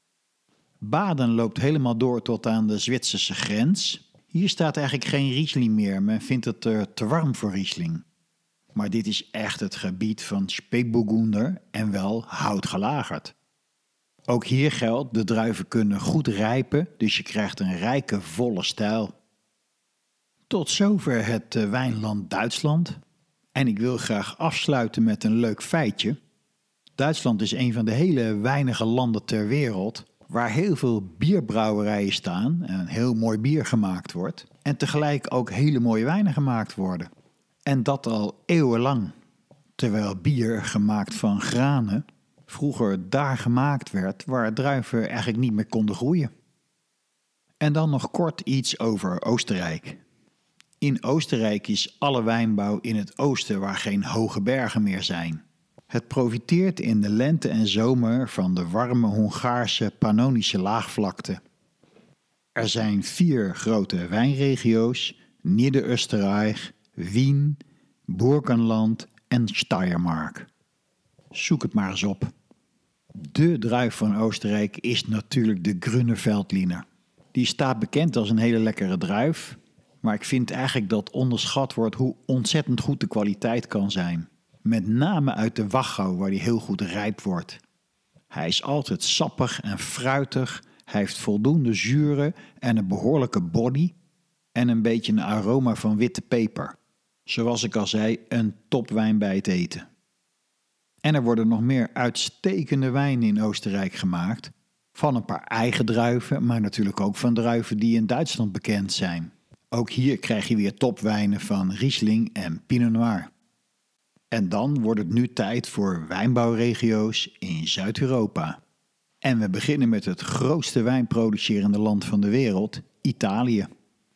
A: Baden loopt helemaal door tot aan de Zwitserse grens. Hier staat eigenlijk geen Riesling meer. Men vindt het te warm voor Riesling. Maar dit is echt het gebied van Spätburgunder en wel houtgelagerd. Ook hier geldt, de druiven kunnen goed rijpen, dus je krijgt een rijke, volle stijl. Tot zover het wijnland Duitsland. En ik wil graag afsluiten met een leuk feitje. Duitsland is een van de hele weinige landen ter wereld waar heel veel bierbrouwerijen staan en heel mooi bier gemaakt wordt. En tegelijk ook hele mooie wijnen gemaakt worden. En dat al eeuwenlang. Terwijl bier gemaakt van granen vroeger daar gemaakt werd waar druiven eigenlijk niet meer konden groeien. En dan nog kort iets over Oostenrijk. In Oostenrijk is alle wijnbouw in het oosten waar geen hoge bergen meer zijn. Het profiteert in de lente en zomer van de warme Hongaarse Pannonische laagvlakte. Er zijn 4 grote wijnregio's: Niederösterreich, Wien, Burgenland en Steiermark. Zoek het maar eens op. De druif van Oostenrijk is natuurlijk de Grüne Veltliner. Die staat bekend als een hele lekkere druif, maar ik vind eigenlijk dat onderschat wordt hoe ontzettend goed de kwaliteit kan zijn. Met name uit de Wachau, waar die heel goed rijp wordt. Hij is altijd sappig en fruitig, hij heeft voldoende zuren en een behoorlijke body en een beetje een aroma van witte peper. Zoals ik al zei, een topwijn bij het eten. En er worden nog meer uitstekende wijnen in Oostenrijk gemaakt. Van een paar eigen druiven, maar natuurlijk ook van druiven die in Duitsland bekend zijn. Ook hier krijg je weer topwijnen van Riesling en Pinot Noir. En dan wordt het nu tijd voor wijnbouwregio's in Zuid-Europa. En we beginnen met het grootste wijnproducerende land van de wereld, Italië.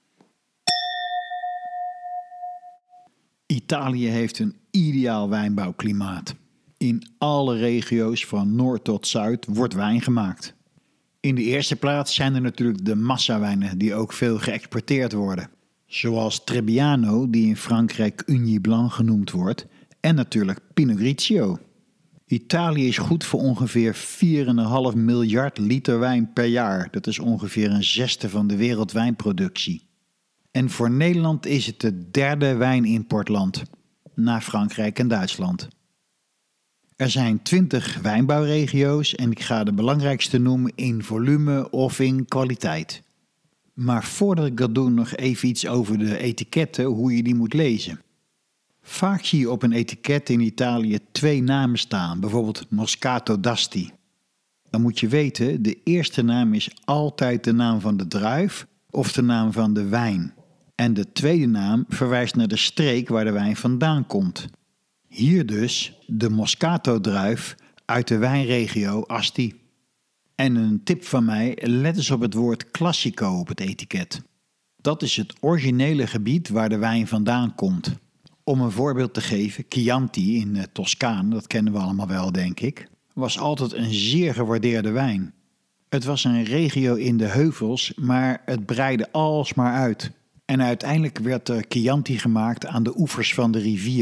A: Italië heeft een ideaal wijnbouwklimaat. In alle regio's van noord tot zuid wordt wijn gemaakt. In de eerste plaats zijn er natuurlijk de massawijnen die ook veel geëxporteerd worden. Zoals Trebbiano, die in Frankrijk Ugni Blanc genoemd wordt, en natuurlijk Pinot Grigio. Italië is goed voor ongeveer 4,5 miljard liter wijn per jaar. Dat is ongeveer een zesde van de wereldwijnproductie. En voor Nederland is het het derde wijnimportland, na Frankrijk en Duitsland. Er zijn 20 wijnbouwregio's en ik ga de belangrijkste noemen in volume of in kwaliteit. Maar voordat ik dat doe, nog even iets over de etiketten, hoe je die moet lezen. Vaak zie je op een etiket in Italië 2 namen staan, bijvoorbeeld Moscato d'Asti. Dan moet je weten, de eerste naam is altijd de naam van de druif of de naam van de wijn. En de tweede naam verwijst naar de streek waar de wijn vandaan komt. Hier dus de Moscato-druif uit de wijnregio Asti. En een tip van mij, let eens op het woord Classico op het etiket. Dat is het originele gebied waar de wijn vandaan komt. Om een voorbeeld te geven, Chianti in Toscane, dat kennen we allemaal wel denk ik, was altijd een zeer gewaardeerde wijn. Het was een regio in de heuvels, maar het breidde alsmaar uit. En uiteindelijk werd er Chianti gemaakt aan de oevers van de rivier.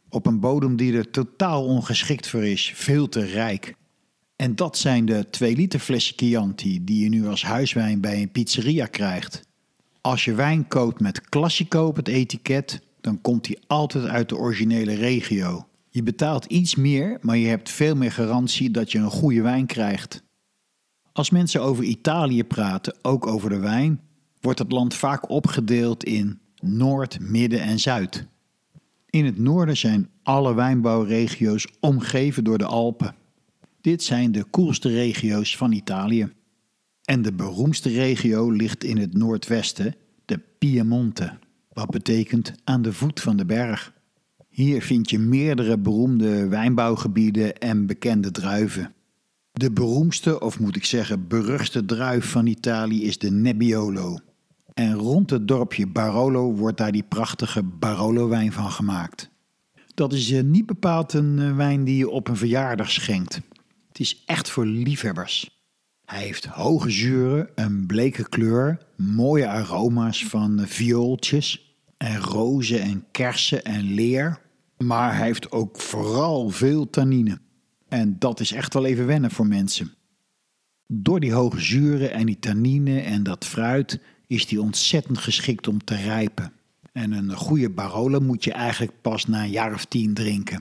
A: Op een bodem die er totaal ongeschikt voor is, veel te rijk. En dat zijn de 2 liter flesje Chianti die je nu als huiswijn bij een pizzeria krijgt. Als je wijn koopt met Classico op het etiket, dan komt die altijd uit de originele regio. Je betaalt iets meer, maar je hebt veel meer garantie dat je een goede wijn krijgt. Als mensen over Italië praten, ook over de wijn, wordt het land vaak opgedeeld in Noord, Midden en Zuid. In het noorden zijn alle wijnbouwregio's omgeven door de Alpen. Dit zijn de koelste regio's van Italië. En de beroemdste regio ligt in het noordwesten, de Piemonte, wat betekent aan de voet van de berg. Hier vind je meerdere beroemde wijnbouwgebieden en bekende druiven. De beroemdste, of moet ik zeggen beruchtste druif van Italië is de Nebbiolo. En rond het dorpje Barolo wordt daar die prachtige Barolo-wijn van gemaakt. Dat is niet bepaald een wijn die je op een verjaardag schenkt. Het is echt voor liefhebbers. Hij heeft hoge zuren, een bleke kleur, mooie aroma's van viooltjes en rozen en kersen en leer. Maar hij heeft ook vooral veel tannine. En dat is echt wel even wennen voor mensen. Door die hoge zuren en die tannine en dat fruit is die ontzettend geschikt om te rijpen. En een goede Barolo moet je eigenlijk pas na een jaar of 10 drinken.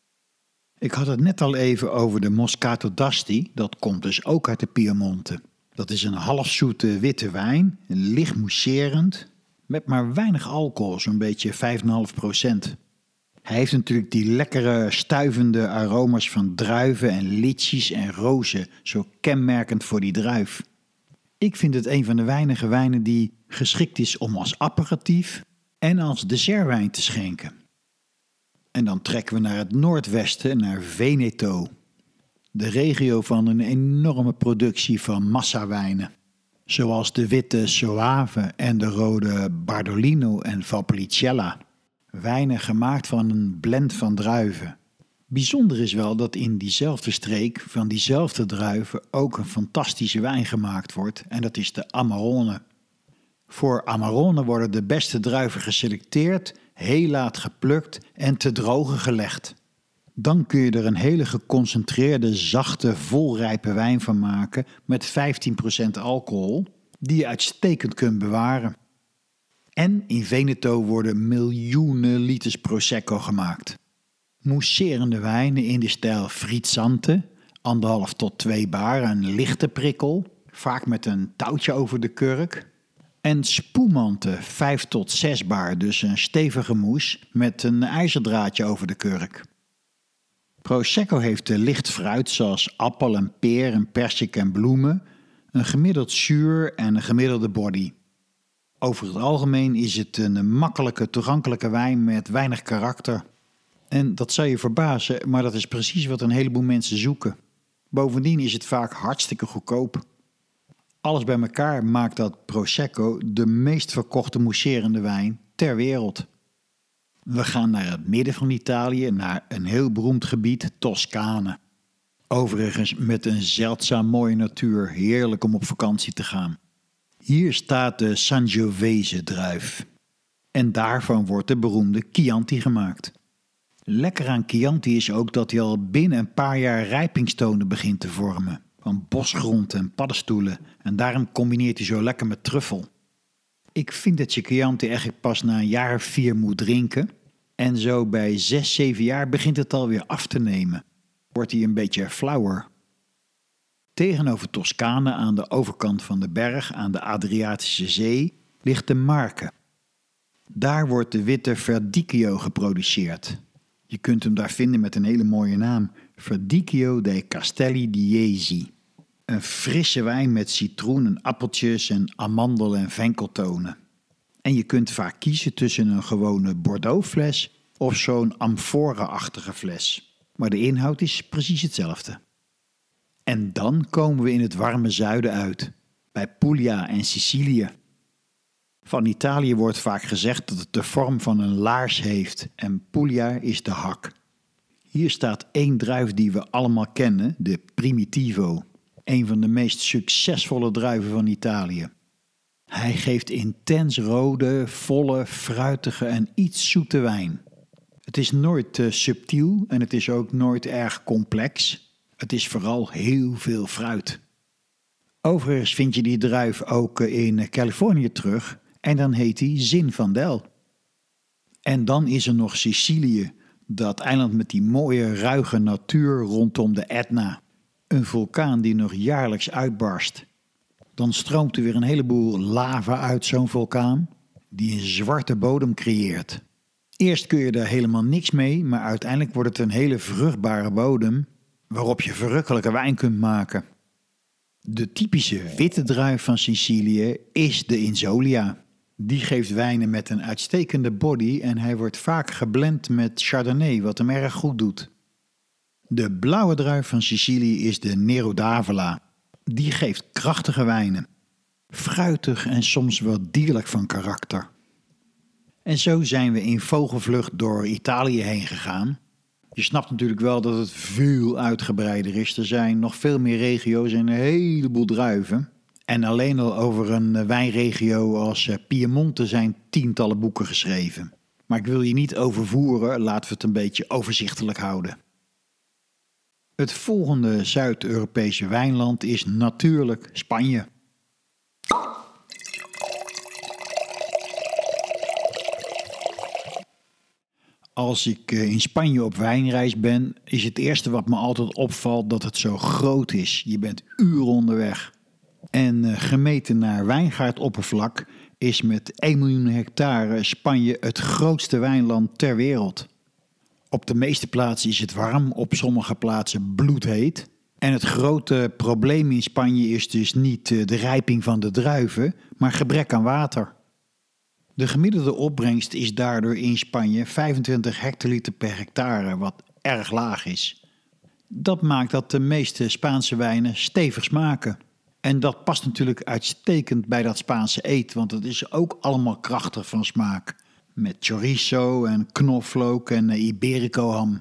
A: Ik had het net al even over de Moscato d'Asti, dat komt dus ook uit de Piemonte. Dat is een halfzoete witte wijn, licht mousserend, met maar weinig alcohol, zo'n beetje 5,5%. Hij heeft natuurlijk die lekkere stuivende aroma's van druiven en litchis en rozen, zo kenmerkend voor die druif. Ik vind het een van de weinige wijnen die geschikt is om als aperitief en als dessertwijn te schenken. En dan trekken we naar het noordwesten, naar Veneto. De regio van een enorme productie van massawijnen. Zoals de witte Soave en de rode Bardolino en Valpolicella. Wijnen gemaakt van een blend van druiven. Bijzonder is wel dat in diezelfde streek van diezelfde druiven ook een fantastische wijn gemaakt wordt. En dat is de Amarone. Voor Amarone worden de beste druiven geselecteerd, heel laat geplukt en te drogen gelegd. Dan kun je er een hele geconcentreerde, zachte, volrijpe wijn van maken met 15% alcohol, die je uitstekend kunt bewaren. En in Veneto worden miljoenen liters Prosecco gemaakt. Mousserende wijnen in de stijl frizzante, 1,5 tot 2 bar, een lichte prikkel, vaak met een touwtje over de kurk. En spumante, 5 tot 6 bar, dus een stevige mousse met een ijzerdraadje over de kurk. Prosecco heeft licht fruit zoals appel en peer en persik en bloemen, een gemiddeld zuur en een gemiddelde body. Over het algemeen is het een makkelijke, toegankelijke wijn met weinig karakter. En dat zou je verbazen, maar dat is precies wat een heleboel mensen zoeken. Bovendien is het vaak hartstikke goedkoop. Alles bij elkaar maakt dat Prosecco de meest verkochte mousserende wijn ter wereld. We gaan naar het midden van Italië, naar een heel beroemd gebied, Toscane. Overigens met een zeldzaam mooie natuur, heerlijk om op vakantie te gaan. Hier staat de Sangiovese druif. En daarvan wordt de beroemde Chianti gemaakt. Lekker aan Chianti is ook dat hij al binnen een paar jaar rijpingstonen begint te vormen. Van bosgrond en paddenstoelen. En daarom combineert hij zo lekker met truffel. Ik vind dat je Chianti eigenlijk pas na een jaar of 4 moet drinken. En zo bij 6, 7 jaar begint het alweer af te nemen. Wordt hij een beetje flauwer. Tegenover Toscane aan de overkant van de berg aan de Adriatische Zee ligt de Marche. Daar wordt de witte Verdicchio geproduceerd. Je kunt hem daar vinden met een hele mooie naam. Verdicchio dei Castelli di Jesi. Een frisse wijn met citroen en appeltjes en amandel- en venkeltonen. En je kunt vaak kiezen tussen een gewone Bordeaux-fles of zo'n amphore-achtige fles. Maar de inhoud is precies hetzelfde. En dan komen we in het warme zuiden uit, bij Puglia en Sicilië. Van Italië wordt vaak gezegd dat het de vorm van een laars heeft en Puglia is de hak. Hier staat 1 druif die we allemaal kennen, de Primitivo. Een van de meest succesvolle druiven van Italië. Hij geeft intens rode, volle, fruitige en iets zoete wijn. Het is nooit subtiel en het is ook nooit erg complex. Het is vooral heel veel fruit. Overigens vind je die druif ook in Californië terug en dan heet die Zinfandel. En dan is er nog Sicilië, dat eiland met die mooie ruige natuur rondom de Etna. Een vulkaan die nog jaarlijks uitbarst. Dan stroomt er weer een heleboel lava uit zo'n vulkaan, die een zwarte bodem creëert. Eerst kun je daar helemaal niks mee, maar uiteindelijk wordt het een hele vruchtbare bodem waarop je verrukkelijke wijn kunt maken. De typische witte druif van Sicilië is de Inzolia. Die geeft wijnen met een uitstekende body en hij wordt vaak geblend met Chardonnay, wat hem erg goed doet. De blauwe druif van Sicilië is de Nero d'Avola. Die geeft krachtige wijnen. Fruitig en soms wat dierlijk van karakter. En zo zijn we in vogelvlucht door Italië heen gegaan. Je snapt natuurlijk wel dat het veel uitgebreider is. Er zijn nog veel meer regio's en een heleboel druiven. En alleen al over een wijnregio als Piemonte zijn tientallen boeken geschreven. Maar ik wil je niet overvoeren, laten we het een beetje overzichtelijk houden. Het volgende Zuid-Europese wijnland is natuurlijk Spanje. Als ik in Spanje op wijnreis ben, is het eerste wat me altijd opvalt dat het zo groot is. Je bent uren onderweg. En gemeten naar wijngaardoppervlak is met 1 miljoen hectare Spanje het grootste wijnland ter wereld. Op de meeste plaatsen is het warm, op sommige plaatsen bloedheet. En het grote probleem in Spanje is dus niet de rijping van de druiven, maar gebrek aan water. De gemiddelde opbrengst is daardoor in Spanje 25 hectoliter per hectare, wat erg laag is. Dat maakt dat de meeste Spaanse wijnen stevig smaken. En dat past natuurlijk uitstekend bij dat Spaanse eten, want het is ook allemaal krachtig van smaak. Met chorizo en knoflook en Iberico-ham.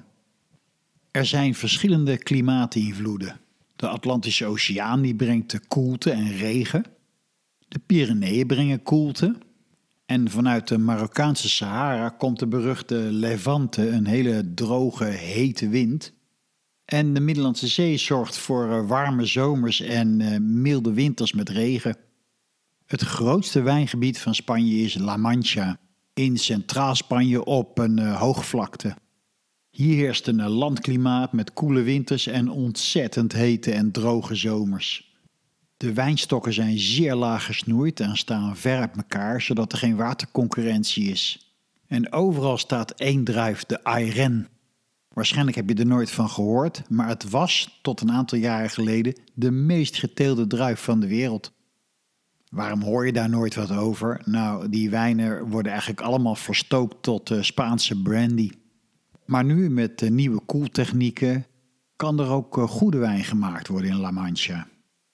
A: Er zijn verschillende klimaatinvloeden. De Atlantische Oceaan die brengt de koelte en regen. De Pyreneeën brengen koelte. En vanuit de Marokkaanse Sahara komt de beruchte Levante, een hele droge, hete wind. En de Middellandse Zee zorgt voor warme zomers en milde winters met regen. Het grootste wijngebied van Spanje is La Mancha, in centraal Spanje op een hoogvlakte. Hier heerst een landklimaat met koele winters en ontzettend hete en droge zomers. De wijnstokken zijn zeer laag gesnoeid en staan ver uit elkaar, zodat er geen waterconcurrentie is. En overal staat één druif, de Ayren. Waarschijnlijk heb je er nooit van gehoord, maar het was tot een aantal jaren geleden de meest geteelde druif van de wereld. Waarom hoor je daar nooit wat over? Nou, die wijnen worden eigenlijk allemaal verstookt tot Spaanse brandy. Maar nu met de nieuwe koeltechnieken kan er ook goede wijn gemaakt worden in La Mancha.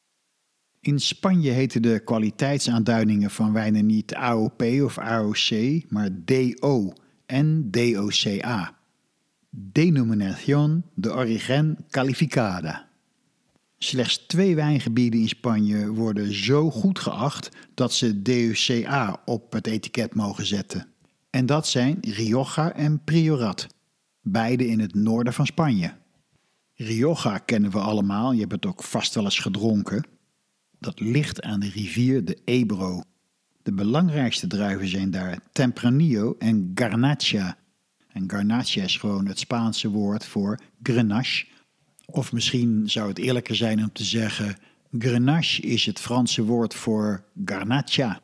A: In Spanje heten de kwaliteitsaanduidingen van wijnen niet AOP of AOC, maar DO en DOCA. Denominación de Origen Calificada. Slechts 2 wijngebieden in Spanje worden zo goed geacht dat ze DOCA op het etiket mogen zetten. En dat zijn Rioja en Priorat, beide in het noorden van Spanje. Rioja kennen we allemaal, je hebt het ook vast wel eens gedronken. Dat ligt aan de rivier de Ebro. De belangrijkste druiven zijn daar Tempranillo en Garnacha. En Garnacha is gewoon het Spaanse woord voor Grenache. Of misschien zou het eerlijker zijn om te zeggen Grenache is het Franse woord voor Garnacha.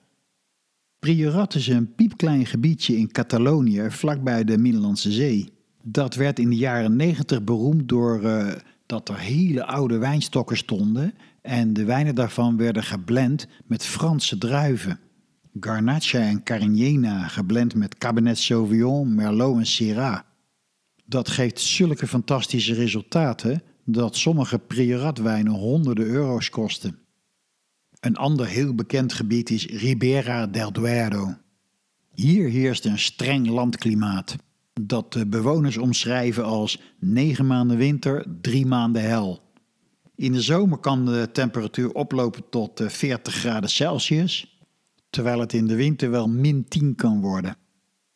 A: Priorat is een piepklein gebiedje in Catalonië vlakbij de Middellandse Zee. Dat werd in de jaren 90 beroemd door dat er hele oude wijnstokken stonden en de wijnen daarvan werden geblend met Franse druiven. Garnacha en Carignana geblend met Cabernet Sauvignon, Merlot en Syrah. Dat geeft zulke fantastische resultaten dat sommige Priorat-wijnen honderden euro's kosten. Een ander heel bekend gebied is Ribera del Duero. Hier heerst een streng landklimaat dat de bewoners omschrijven als 9 maanden winter, 3 maanden hel. In de zomer kan de temperatuur oplopen tot 40 graden Celsius, terwijl het in de winter wel -10 kan worden.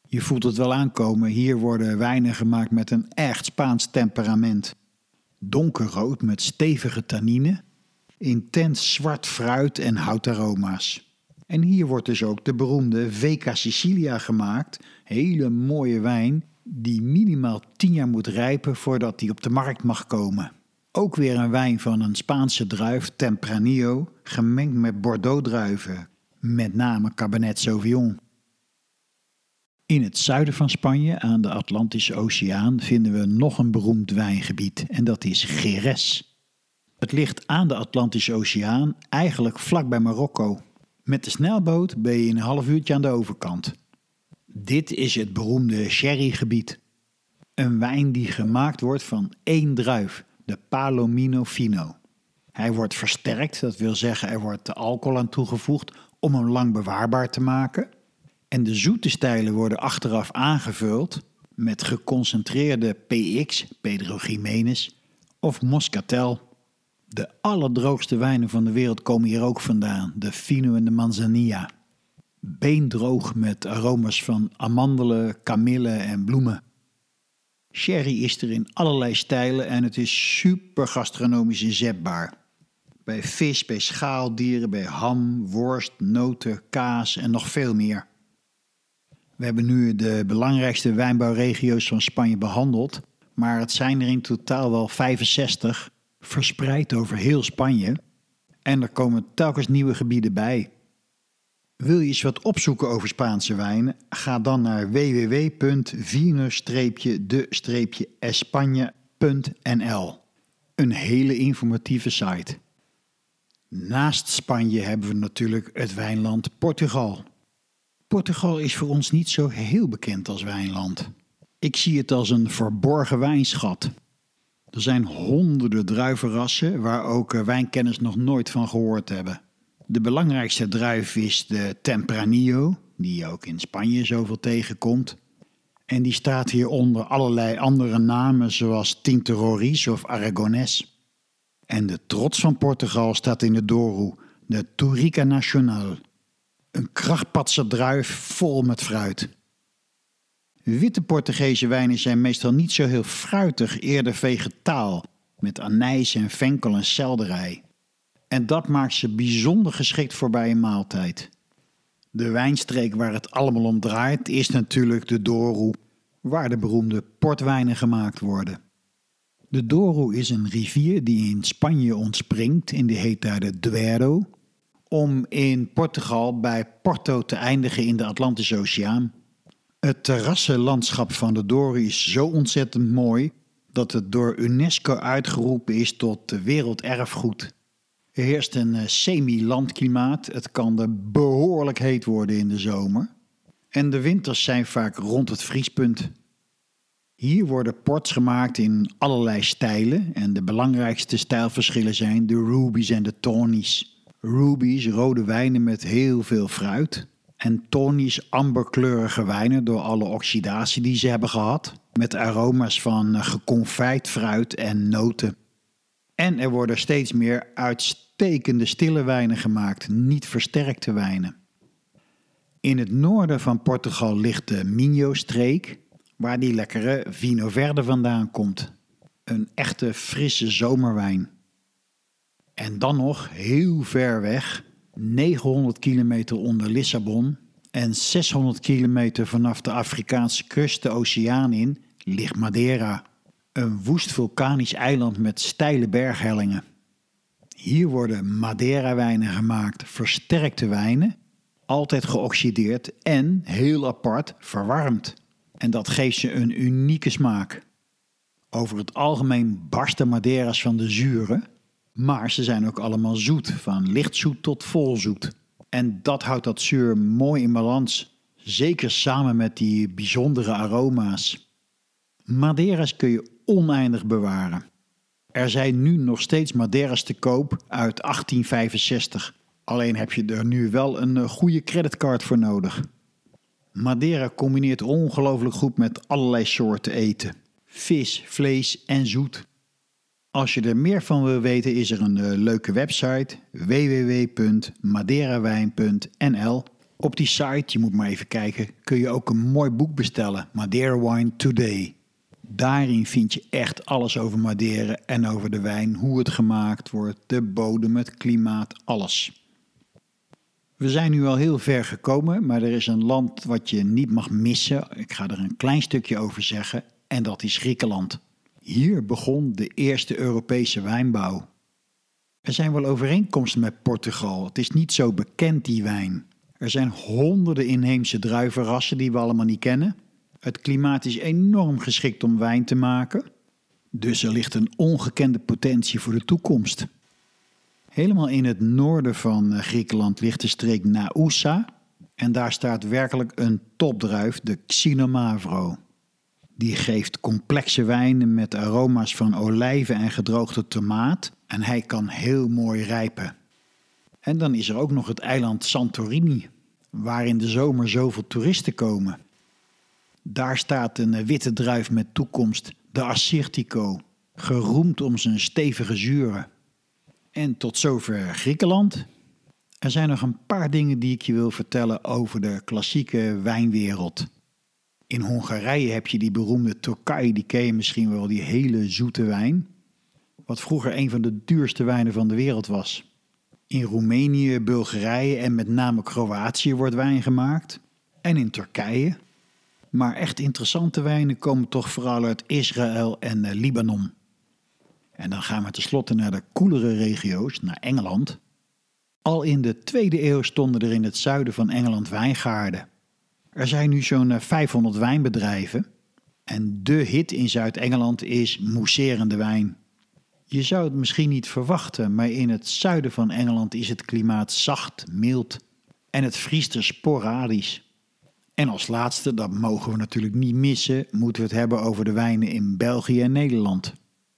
A: Je voelt het wel aankomen, hier worden wijnen gemaakt met een echt Spaans temperament. Donkerrood met stevige tannine, intens zwart fruit en houtaroma's. En hier wordt dus ook de beroemde Veca Sicilia gemaakt, hele mooie wijn die minimaal 10 jaar moet rijpen voordat die op de markt mag komen. Ook weer een wijn van een Spaanse druif, Tempranillo, gemengd met Bordeaux-druiven, met name Cabernet Sauvignon. In het zuiden van Spanje, aan de Atlantische Oceaan, vinden we nog een beroemd wijngebied en dat is Jerez. Het ligt aan de Atlantische Oceaan, eigenlijk vlak bij Marokko. Met de snelboot ben je in een half uurtje aan de overkant. Dit is het beroemde sherrygebied. Een wijn die gemaakt wordt van 1 druif, de Palomino Fino. Hij wordt versterkt, dat wil zeggen er wordt alcohol aan toegevoegd om hem lang bewaarbaar te maken. En de zoete stijlen worden achteraf aangevuld met geconcentreerde PX, Pedro Ximénez, of Moscatel. De allerdroogste wijnen van de wereld komen hier ook vandaan, de Fino en de Manzanilla. Beendroog met aroma's van amandelen, kamille en bloemen. Sherry is er in allerlei stijlen en het is super gastronomisch inzetbaar. Bij vis, bij schaaldieren, bij ham, worst, noten, kaas en nog veel meer. We hebben nu de belangrijkste wijnbouwregio's van Spanje behandeld, maar het zijn er in totaal wel 65, verspreid over heel Spanje. En er komen telkens nieuwe gebieden bij. Wil je eens wat opzoeken over Spaanse wijnen? Ga dan naar www.vino-de-espagne.nl. Een hele informatieve site. Naast Spanje hebben we natuurlijk het wijnland Portugal. Portugal is voor ons niet zo heel bekend als wijnland. Ik zie het als een verborgen wijnschat. Er zijn honderden druivenrassen waar ook wijnkenners nog nooit van gehoord hebben. De belangrijkste druif is de Tempranillo, die je ook in Spanje zoveel tegenkomt. En die staat hier onder allerlei andere namen zoals Tinto Roriz of Aragonés. En de trots van Portugal staat in de Douro, de Tourica Nacional. Een krachtpatse druif vol met fruit. Witte Portugese wijnen zijn meestal niet zo heel fruitig, eerder vegetaal, met anijs en venkel en selderij. En dat maakt ze bijzonder geschikt voor bij een maaltijd. De wijnstreek waar het allemaal om draait is natuurlijk de Douro, waar de beroemde portwijnen gemaakt worden. De Douro is een rivier die in Spanje ontspringt en die heet daar de Duero, om in Portugal bij Porto te eindigen in de Atlantische Oceaan. Het terrassenlandschap van de Douro is zo ontzettend mooi dat het door UNESCO uitgeroepen is tot werelderfgoed. Er heerst een semi-landklimaat, het kan er behoorlijk heet worden in de zomer. En de winters zijn vaak rond het vriespunt. Hier worden ports gemaakt in allerlei stijlen en de belangrijkste stijlverschillen zijn de rubies en de tawnies. Rubies, rode wijnen met heel veel fruit. En tawnies, amberkleurige wijnen door alle oxidatie die ze hebben gehad. Met aroma's van geconfijt fruit en noten. En er worden steeds meer uitstekende stille wijnen gemaakt, niet versterkte wijnen. In het noorden van Portugal ligt de Minho-streek, waar die lekkere Vinho Verde vandaan komt. Een echte frisse zomerwijn. En dan nog heel ver weg, 900 kilometer onder Lissabon en 600 kilometer vanaf de Afrikaanse kust de oceaan in, ligt Madeira. Een woest vulkanisch eiland met steile berghellingen. Hier worden Madeira-wijnen gemaakt, versterkte wijnen, altijd geoxideerd en, heel apart, verwarmd. En dat geeft ze een unieke smaak. Over het algemeen barsten Madeira's van de zuren, maar ze zijn ook allemaal zoet, van lichtzoet tot volzoet. En dat houdt dat zuur mooi in balans, zeker samen met die bijzondere aroma's. Madeira's kun je oneindig bewaren. Er zijn nu nog steeds Madeira's te koop uit 1865. Alleen heb je er nu wel een goede creditcard voor nodig. Madeira combineert ongelooflijk goed met allerlei soorten eten. Vis, vlees en zoet. Als je er meer van wil weten is er een leuke website www.madeirawijn.nl Op die site, je moet maar even kijken, kun je ook een mooi boek bestellen, Madeira Wine Today. Daarin vind je echt alles over Madeira en over de wijn, hoe het gemaakt wordt, de bodem, het klimaat, alles. We zijn nu al heel ver gekomen, maar er is een land wat je niet mag missen. Ik ga er een klein stukje over zeggen en dat is Griekenland. Hier begon de eerste Europese wijnbouw. Er zijn wel overeenkomsten met Portugal. Het is niet zo bekend, die wijn. Er zijn honderden inheemse druivenrassen die we allemaal niet kennen. Het klimaat is enorm geschikt om wijn te maken. Dus er ligt een ongekende potentie voor de toekomst. Helemaal in het noorden van Griekenland ligt de streek Naousa. En daar staat werkelijk een topdruif, de Xinomavro. Die geeft complexe wijnen met aroma's van olijven en gedroogde tomaat. En hij kan heel mooi rijpen. En dan is er ook nog het eiland Santorini, waar in de zomer zoveel toeristen komen. Daar staat een witte druif met toekomst, de Assyrtiko, geroemd om zijn stevige zuren. En tot zover Griekenland. Er zijn nog een paar dingen die ik je wil vertellen over de klassieke wijnwereld. In Hongarije heb je die beroemde Tokai, die ken je misschien wel, die hele zoete wijn. Wat vroeger een van de duurste wijnen van de wereld was. In Roemenië, Bulgarije en met name Kroatië wordt wijn gemaakt. En in Turkije. Maar echt interessante wijnen komen toch vooral uit Israël en Libanon. En dan gaan we tenslotte naar de koelere regio's, naar Engeland. Al in de 2e eeuw stonden er in het zuiden van Engeland wijngaarden. Er zijn nu zo'n 500 wijnbedrijven. En de hit in Zuid-Engeland is mousserende wijn. Je zou het misschien niet verwachten, maar in het zuiden van Engeland is het klimaat zacht, mild en het vriest er sporadisch. En als laatste, dat mogen we natuurlijk niet missen, moeten we het hebben over de wijnen in België en Nederland.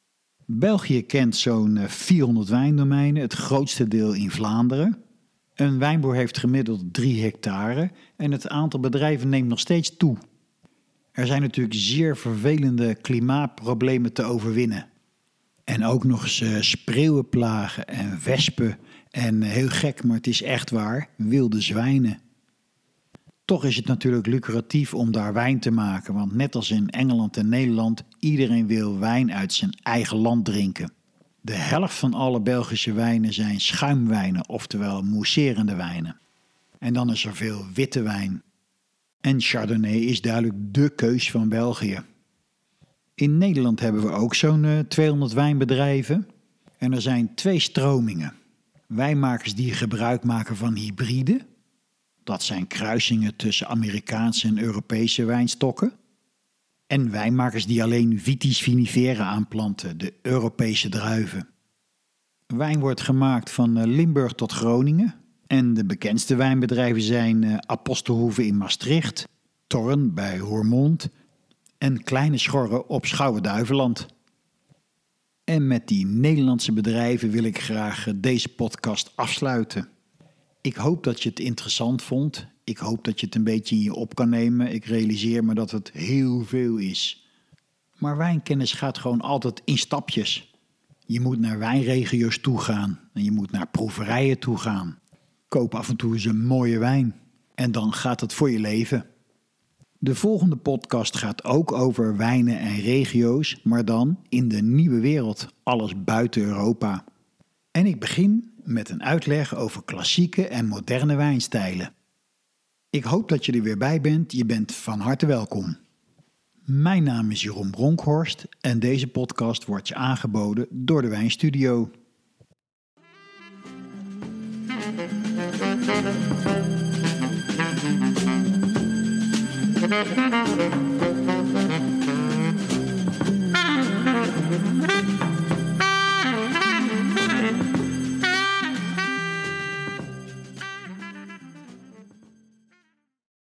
A: België kent zo'n 400 wijndomeinen, het grootste deel in Vlaanderen. Een wijnboer heeft gemiddeld 3 hectare en het aantal bedrijven neemt nog steeds toe. Er zijn natuurlijk zeer vervelende klimaatproblemen te overwinnen. En ook nog eens spreeuwenplagen en wespen en heel gek, maar het is echt waar, wilde zwijnen. Toch is het natuurlijk lucratief om daar wijn te maken, want net als in Engeland en Nederland, iedereen wil wijn uit zijn eigen land drinken. De helft van alle Belgische wijnen zijn schuimwijnen, oftewel mousserende wijnen. En dan is er veel witte wijn. En Chardonnay is duidelijk dé keus van België. In Nederland hebben we ook zo'n 200 wijnbedrijven. En er zijn 2 stromingen. Wijnmakers die gebruik maken van hybriden. Dat zijn kruisingen tussen Amerikaanse en Europese wijnstokken. En wijnmakers die alleen Vitis vinifera aanplanten, de Europese druiven. Wijn wordt gemaakt van Limburg tot Groningen. En de bekendste wijnbedrijven zijn Apostelhoeve in Maastricht, Thorn bij Roermond en Kleine Schorre op Schouwen-Duiveland. En met die Nederlandse bedrijven wil ik graag deze podcast afsluiten. Ik hoop dat je het interessant vond. Ik hoop dat je het een beetje in je op kan nemen. Ik realiseer me dat het heel veel is. Maar wijnkennis gaat gewoon altijd in stapjes. Je moet naar wijnregio's toe gaan en je moet naar proeverijen toe gaan. Koop af en toe eens een mooie wijn en dan gaat het voor je leven. De volgende podcast gaat ook over wijnen en regio's, maar dan in de nieuwe wereld, alles buiten Europa. En ik begin met een uitleg over klassieke en moderne wijnstijlen. Ik hoop dat je er weer bij bent, je bent van harte welkom. Mijn naam is Jeroen Bronkhorst en deze podcast wordt je aangeboden door de Wijnstudio.